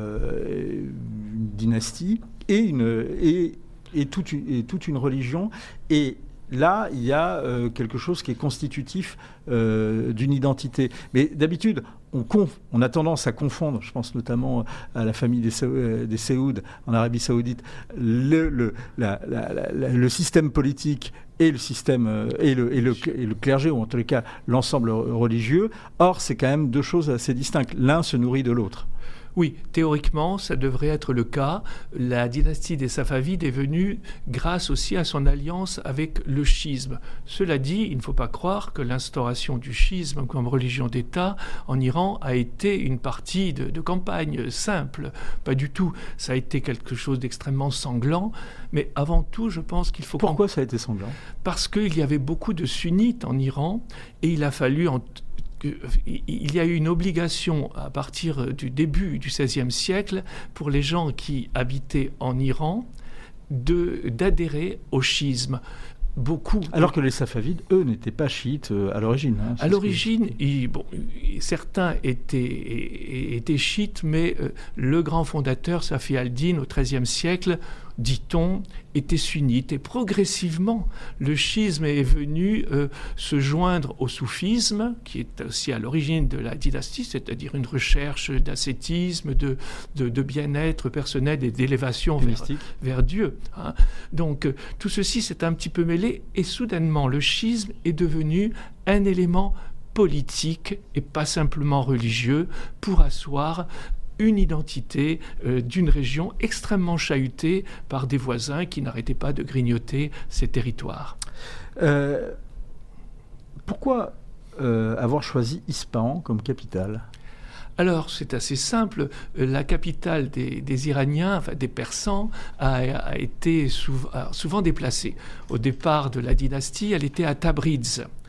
euh, une dynastie et, une, et, et, toute une, et toute une religion. Et là, il y a euh, quelque chose qui est constitutif euh, d'une identité. Mais d'habitude, on, conf- on a tendance à confondre, je pense notamment à la famille des, Sa- des Saouds en Arabie Saoudite, le, le, la, la, la, le système politique et le système euh, et, le, et, le, et le clergé, ou en tous les cas l'ensemble religieux. Or, c'est quand même deux choses assez distinctes. L'un se nourrit de l'autre. Oui, théoriquement, ça devrait être le cas. La dynastie des Safavides est venue grâce aussi à son alliance avec le schisme. Cela dit, il ne faut pas croire que l'instauration du schisme comme religion d'État en Iran a été une partie de, de campagne simple. Pas du tout. Ça a été quelque chose d'extrêmement sanglant. Mais avant tout, je pense qu'il faut... Pourquoi ça a été sanglant ? Parce qu'il y avait beaucoup de sunnites en Iran et il a fallu... En il y a eu une obligation à partir du début du seizième siècle pour les gens qui habitaient en Iran de, d'adhérer au schisme. Beaucoup. Alors que les Safavides, eux, n'étaient pas chiites euh, à l'origine. Hein, à l'origine, que... ils, bon, certains étaient, étaient chiites, mais euh, le grand fondateur, Safi al-Din, au treizième siècle, dit-on, était sunnite. Et progressivement, le schisme est venu euh, se joindre au soufisme, qui est aussi à l'origine de la dynastie, c'est-à-dire une recherche d'ascétisme, de, de, de bien-être personnel et d'élévation vers, vers Dieu. Hein. Donc, euh, tout ceci s'est un petit peu mêlé, et soudainement, le schisme est devenu un élément politique et pas simplement religieux pour asseoir une identité euh, d'une région extrêmement chahutée par des voisins qui n'arrêtaient pas de grignoter ces territoires. Euh, pourquoi euh, avoir choisi Ispahan comme capitale ? Alors, c'est assez simple. La capitale des, des Iraniens, enfin des Persans, a, a été souvent, a souvent déplacée. Au départ de la dynastie, elle était à Tabriz.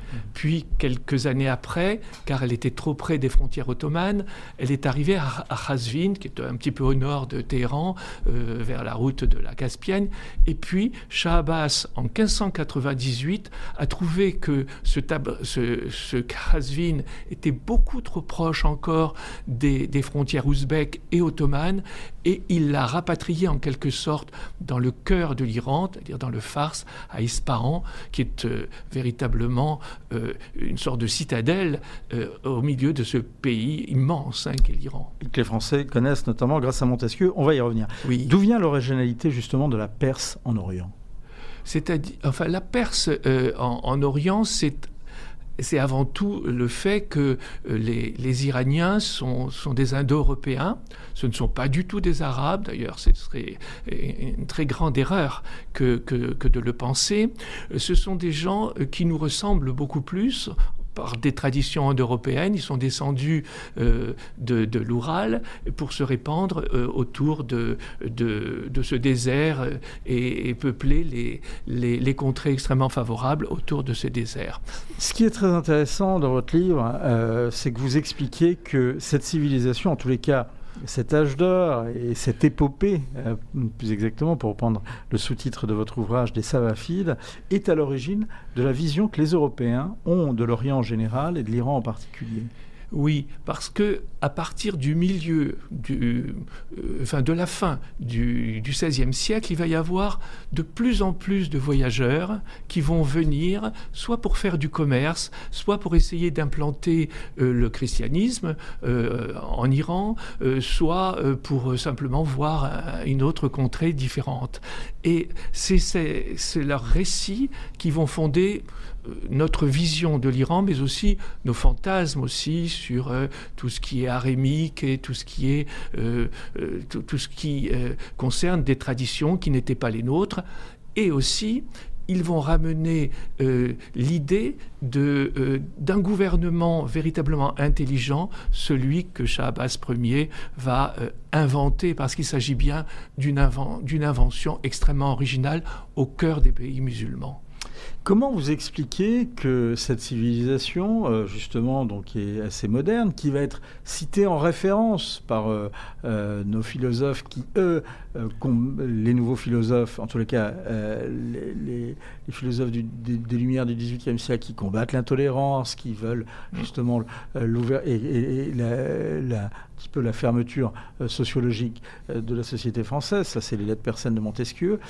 Puis, quelques années après, car elle était trop près des frontières ottomanes, elle est arrivée à, à Khazvin, qui est un petit peu au nord de Téhéran, euh, vers la route de la Caspienne. Et puis, Shah Abbas, en quinze cent quatre-vingt-dix-huit, a trouvé que ce, tab- ce, ce Khazvin était beaucoup trop proche encore des, des frontières ouzbèques et ottomanes, et il l'a rapatrié en quelque sorte dans le cœur de l'Iran, c'est-à-dire dans le Fars, à Ispahan, qui est euh, véritablement euh, une sorte de citadelle euh, au milieu de ce pays immense hein, qu'est l'Iran. Et que les Français connaissent notamment grâce à Montesquieu. On va y revenir. Oui. D'où vient l'originalité justement de la Perse en Orient ? C'est-à-dire, enfin, la Perse euh, en, en Orient, c'est c'est avant tout le fait que les, les Iraniens sont, sont des Indo-Européens. Ce ne sont pas du tout des Arabes. D'ailleurs, ce serait une très grande erreur que, que, que de le penser. Ce sont des gens qui nous ressemblent beaucoup plus par des traditions indo-européennes. Ils sont descendus euh, de, de l'Oural pour se répandre euh, autour de, de, de ce désert euh, et, et peupler les, les, les contrées extrêmement favorables autour de ce désert. Ce qui est très intéressant dans votre livre, euh, c'est que vous expliquez que cette civilisation, en tous les cas, cet âge d'or et cette épopée, euh, plus exactement pour reprendre le sous-titre de votre ouvrage, des Safavides, est à l'origine de la vision que les Européens ont de l'Orient en général et de l'Iran en particulier. Oui, parce que à partir du milieu, du, euh, enfin de la fin du, du seizième siècle, il va y avoir de plus en plus de voyageurs qui vont venir, soit pour faire du commerce, soit pour essayer d'implanter euh, le christianisme euh, en Iran, euh, soit euh, pour euh, simplement voir euh, une autre contrée différente. Et c'est, c'est, c'est leurs récits qui vont fonder notre vision de l'Iran, mais aussi nos fantasmes aussi sur euh, tout ce qui est harémique et tout ce qui est euh, euh, tout, tout ce qui euh, concerne des traditions qui n'étaient pas les nôtres. Et aussi, ils vont ramener euh, l'idée de, euh, d'un gouvernement véritablement intelligent, celui que Shah Abbas Ier va euh, inventer, parce qu'il s'agit bien d'une, inven- d'une invention extrêmement originale au cœur des pays musulmans. Comment vous expliquez que cette civilisation, euh, justement, donc, qui est assez moderne, qui va être citée en référence par euh, euh, nos philosophes qui, eux, euh, com- les nouveaux philosophes, en tous les cas, euh, les, les, les philosophes du, des, des Lumières du dix-huitième siècle, qui combattent l'intolérance, qui veulent justement euh, l'ouvert et, et, et la, la, un petit peu la fermeture euh, sociologique euh, de la société française, ça c'est les lettres persanes de Montesquieu.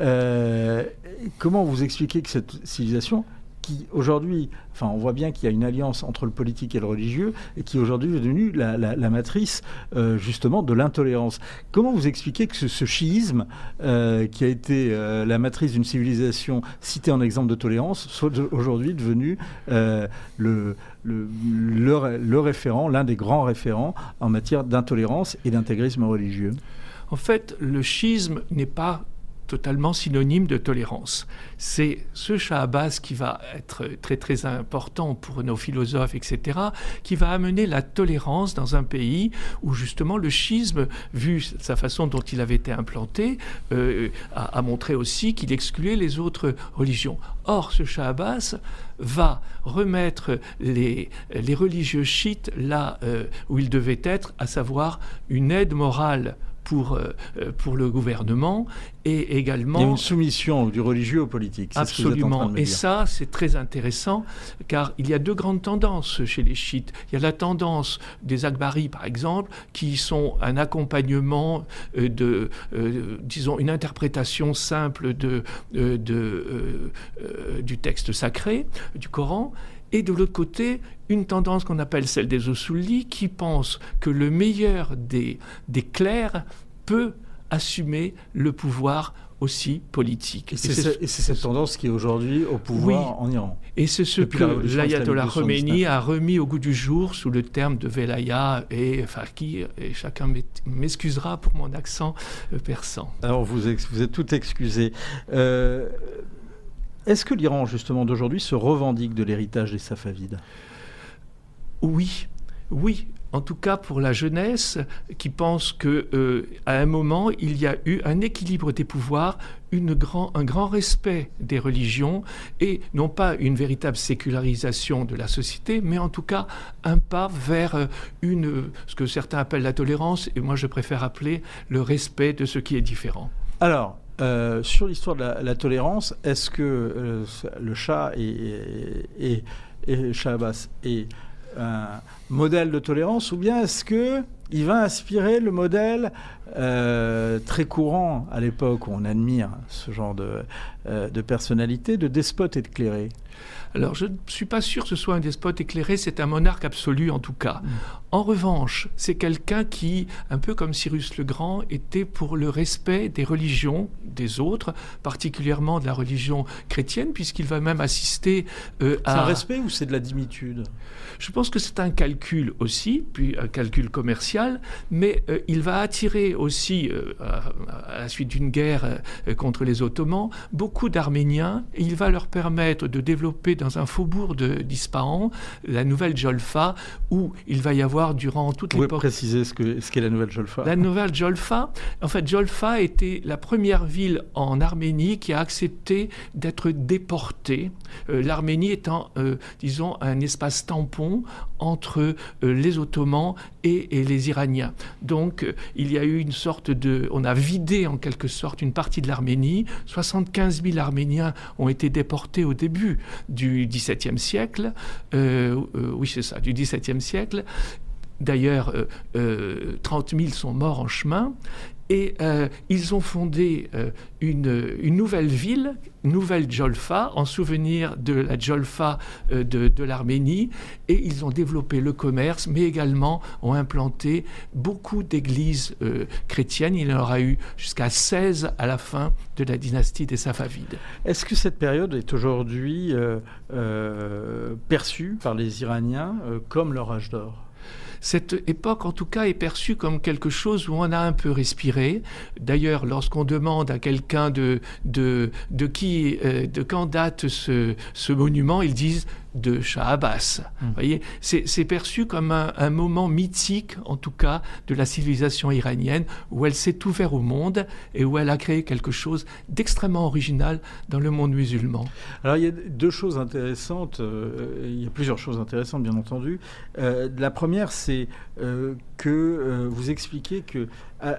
Euh, comment vous expliquez que cette civilisation qui aujourd'hui, enfin on voit bien qu'il y a une alliance entre le politique et le religieux et qui aujourd'hui est devenue la, la, la matrice euh, justement de l'intolérance. Comment vous expliquez que ce, ce chiisme euh, qui a été euh, la matrice d'une civilisation citée en exemple de tolérance soit aujourd'hui devenu euh, le, le, le, le référent, l'un des grands référents en matière d'intolérance et d'intégrisme religieux? En fait, le schisme n'est pas totalement synonyme de tolérance. C'est ce Shah Abbas qui va être très très important pour nos philosophes, et cetera, qui va amener la tolérance dans un pays où justement le schisme, vu sa façon dont il avait été implanté, euh, a, a montré aussi qu'il excluait les autres religions. Or, ce Shah Abbas va remettre les, les religieux chiites là euh, où ils devaient être, à savoir une aide morale Pour, euh, pour le gouvernement et également... Il y a une soumission du religieux au politique. C'est absolument. Ce que vous êtes en train de me et dire. ça, c'est très intéressant car il y a deux grandes tendances chez les chiites. Il y a la tendance des Akbaris, par exemple, qui sont un accompagnement euh, de, euh, disons, une interprétation simple de, euh, de, euh, euh, du texte sacré, du Coran. Et de l'autre côté, une tendance qu'on appelle celle des Usulli, qui pense que le meilleur des, des clercs peut assumer le pouvoir aussi politique. Et c'est, et c'est, et c'est cette tendance qui est aujourd'hui au pouvoir oui, en Iran. Et c'est ce Depuis que l'ayatollah Khomeini a remis au goût du jour sous le terme de Velaya et Fakir, et chacun m'excusera pour mon accent persan. Alors vous, ex, vous êtes tout excusé. Euh, Est-ce que l'Iran, justement, d'aujourd'hui se revendique de l'héritage des Safavides ? Oui, oui. en tout cas pour la jeunesse, qui pense qu'à euh, un moment, il y a eu un équilibre des pouvoirs, une grand, un grand respect des religions, et non pas une véritable sécularisation de la société, mais en tout cas un pas vers une, ce que certains appellent la tolérance, et moi je préfère appeler le respect de ce qui est différent. Alors, euh, sur l'histoire de la, la tolérance, est-ce que euh, le Shah et, et, et Shah Abbas est un modèle de tolérance, ou bien est-ce qu'il va inspirer le modèle euh, très courant à l'époque où on admire ce genre de, euh, de personnalité, de despote éclairé? Alors, je ne suis pas sûr que ce soit un despote éclairé, c'est un monarque absolu en tout cas. Mmh. En revanche, c'est quelqu'un qui, un peu comme Cyrus le Grand, était pour le respect des religions des autres, particulièrement de la religion chrétienne, puisqu'il va même assister euh, à... C'est un respect ou c'est de la dimitude? Je pense que c'est un calcul aussi, puis un calcul commercial, mais euh, il va attirer aussi, euh, à, à la suite d'une guerre euh, contre les Ottomans, beaucoup d'Arméniens, et il va leur permettre de développer dans un faubourg de, d'Ispahan la nouvelle Jolfa, où il va y avoir durant toute l'époque... Vous pouvez préciser ce, que, ce qu'est la nouvelle Jolfa? La nouvelle Jolfa, en fait, Jolfa était la première ville en Arménie qui a accepté d'être déportée, euh, l'Arménie étant, euh, disons, un espace tampon entre euh, les Ottomans et, et les Iraniens. Donc, euh, il y a eu une sorte de... On a vidé, en quelque sorte, une partie de l'Arménie. soixante-quinze mille Arméniens ont été déportés au début du dix-septième siècle. Euh, euh, oui, c'est ça, du dix-septième siècle. D'ailleurs, euh, euh, trente mille sont morts en chemin. Et euh, ils ont fondé euh, une, une nouvelle ville, nouvelle Jolfa, en souvenir de la Jolfa euh, de, de l'Arménie. Et ils ont développé le commerce, mais également ont implanté beaucoup d'églises euh, chrétiennes. Il y en aura eu jusqu'à seize à la fin de la dynastie des Safavides. Est-ce que cette période est aujourd'hui euh, euh, perçue par les Iraniens euh, comme leur âge d'or? Cette époque, en tout cas, est perçue comme quelque chose où on a un peu respiré. D'ailleurs, lorsqu'on demande à quelqu'un de, de, de, qui, euh, de quand date ce, ce monument, ils disent de Shah Abbas. Mmh. Vous voyez, c'est, c'est perçu comme un, un moment mythique, en tout cas, de la civilisation iranienne, où elle s'est ouverte au monde et où elle a créé quelque chose d'extrêmement original dans le monde musulman. Alors, il y a deux choses intéressantes. Euh, il y a plusieurs choses intéressantes, bien entendu. Euh, la première, c'est euh, que euh, vous expliquez que... Euh,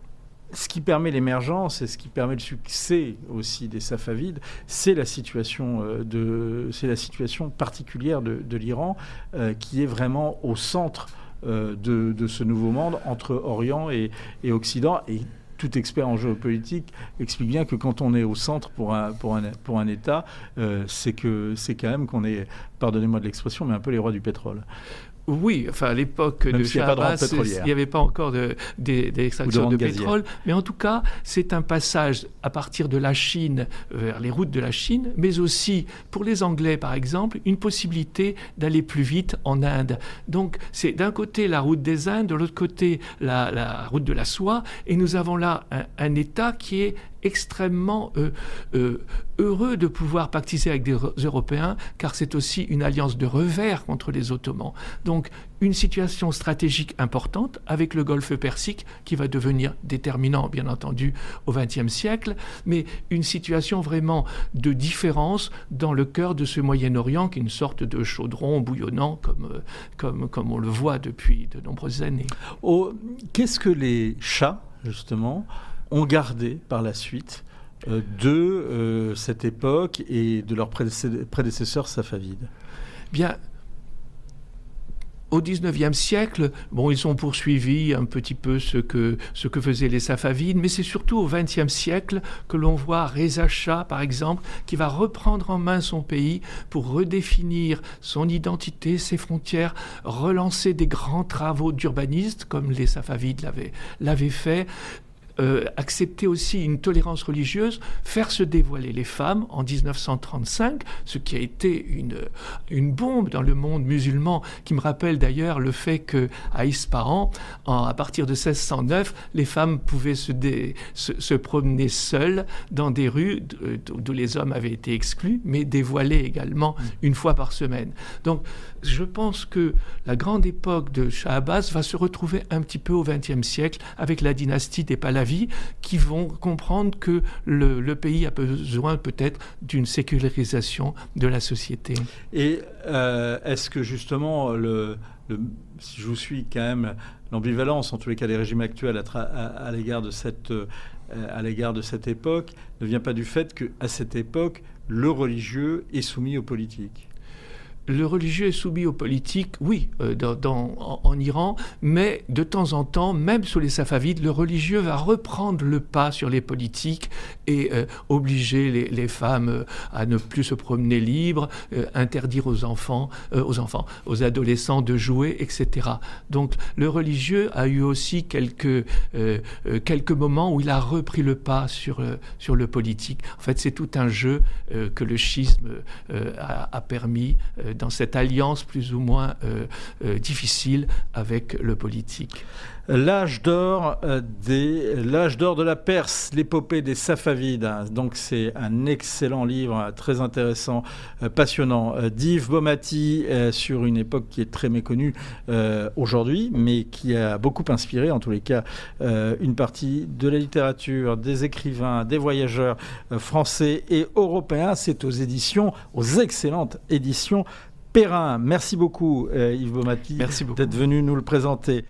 ce qui permet l'émergence et ce qui permet le succès aussi des Safavides, c'est la situation, de, c'est la situation particulière de, de l'Iran euh, qui est vraiment au centre euh, de, de ce nouveau monde entre Orient et, et Occident. Et tout expert en géopolitique explique bien que quand on est au centre pour un, pour un, pour un État, euh, c'est, que, c'est quand même qu'on est, pardonnez-moi de l'expression, mais un peu les rois du pétrole. Oui, enfin à l'époque Même de Shah Abbas, il n'y avait pas encore de, de, d'extraction de, de pétrole, mais en tout cas, c'est un passage à partir de la Chine vers les routes de la Chine, mais aussi pour les Anglais, par exemple, une possibilité d'aller plus vite en Inde. Donc, c'est d'un côté la route des Indes, de l'autre côté la, la route de la soie, et nous avons là un, un État qui est extrêmement euh, euh, heureux de pouvoir pactiser avec des Européens, car c'est aussi une alliance de revers contre les Ottomans. Donc, une situation stratégique importante avec le Golfe Persique qui va devenir déterminant, bien entendu, au vingtième siècle, mais une situation vraiment de différence dans le cœur de ce Moyen-Orient, qui est une sorte de chaudron bouillonnant, comme, comme, comme on le voit depuis de nombreuses années. Oh, qu'est-ce que les Shahs, justement, ont gardé par la suite euh, de euh, cette époque et de leurs prédécesseurs, prédécesseurs safavides? Bien, au dix-neuvième siècle, bon, ils ont poursuivi un petit peu ce que, ce que faisaient les Safavides, mais c'est surtout au vingtième siècle que l'on voit Reza Shah, par exemple, qui va reprendre en main son pays pour redéfinir son identité, ses frontières, relancer des grands travaux d'urbanistes, comme les Safavides l'avaient, l'avaient fait, euh, accepter aussi une tolérance religieuse, faire se dévoiler les femmes en dix-neuf cent trente-cinq, ce qui a été une, une bombe dans le monde musulman, qui me rappelle d'ailleurs le fait qu'à Ispahan, en, à partir de seize cent neuf, les femmes pouvaient se, dé, se, se promener seules dans des rues d'où les hommes avaient été exclus, mais dévoilées également une fois par semaine. Donc je pense que la grande époque de Shah Abbas va se retrouver un petit peu au vingtième siècle avec la dynastie des Pahlavis, qui vont comprendre que le, le pays a besoin peut-être d'une sécularisation de la société. Et euh, est-ce que justement, le, le, si je vous suis quand même, l'ambivalence, en tous les cas des régimes actuels à, tra- à, à l'égard de cette, euh, à l'égard de cette époque, ne vient pas du fait qu'à cette époque, le religieux est soumis aux politiques ? Le religieux est soumis aux politiques, oui, euh, dans, dans, en, en Iran, mais de temps en temps, même sous les Safavides, le religieux va reprendre le pas sur les politiques et euh, obliger les, les femmes euh, à ne plus se promener libres, euh, interdire aux enfants, euh, aux enfants, aux adolescents de jouer, et cetera. Donc le religieux a eu aussi quelques, euh, euh, quelques moments où il a repris le pas sur, euh, sur le politique. En fait, c'est tout un jeu euh, que le schisme euh, a, a permis euh, dans cette alliance plus ou moins euh, euh, difficile avec le politique. L'âge d'or euh, des, l'âge d'or de la Perse, l'épopée des Safavides. Donc c'est un excellent livre, très intéressant, euh, passionnant, euh, d'Yves Baumati euh, sur une époque qui est très méconnue euh, aujourd'hui, mais qui a beaucoup inspiré, en tous les cas, euh, une partie de la littérature, des écrivains, des voyageurs euh, français et européens. C'est aux éditions, aux excellentes éditions Perrin. Merci beaucoup, euh, Yves Baumati, Merci beaucoup. d'être venu nous le présenter.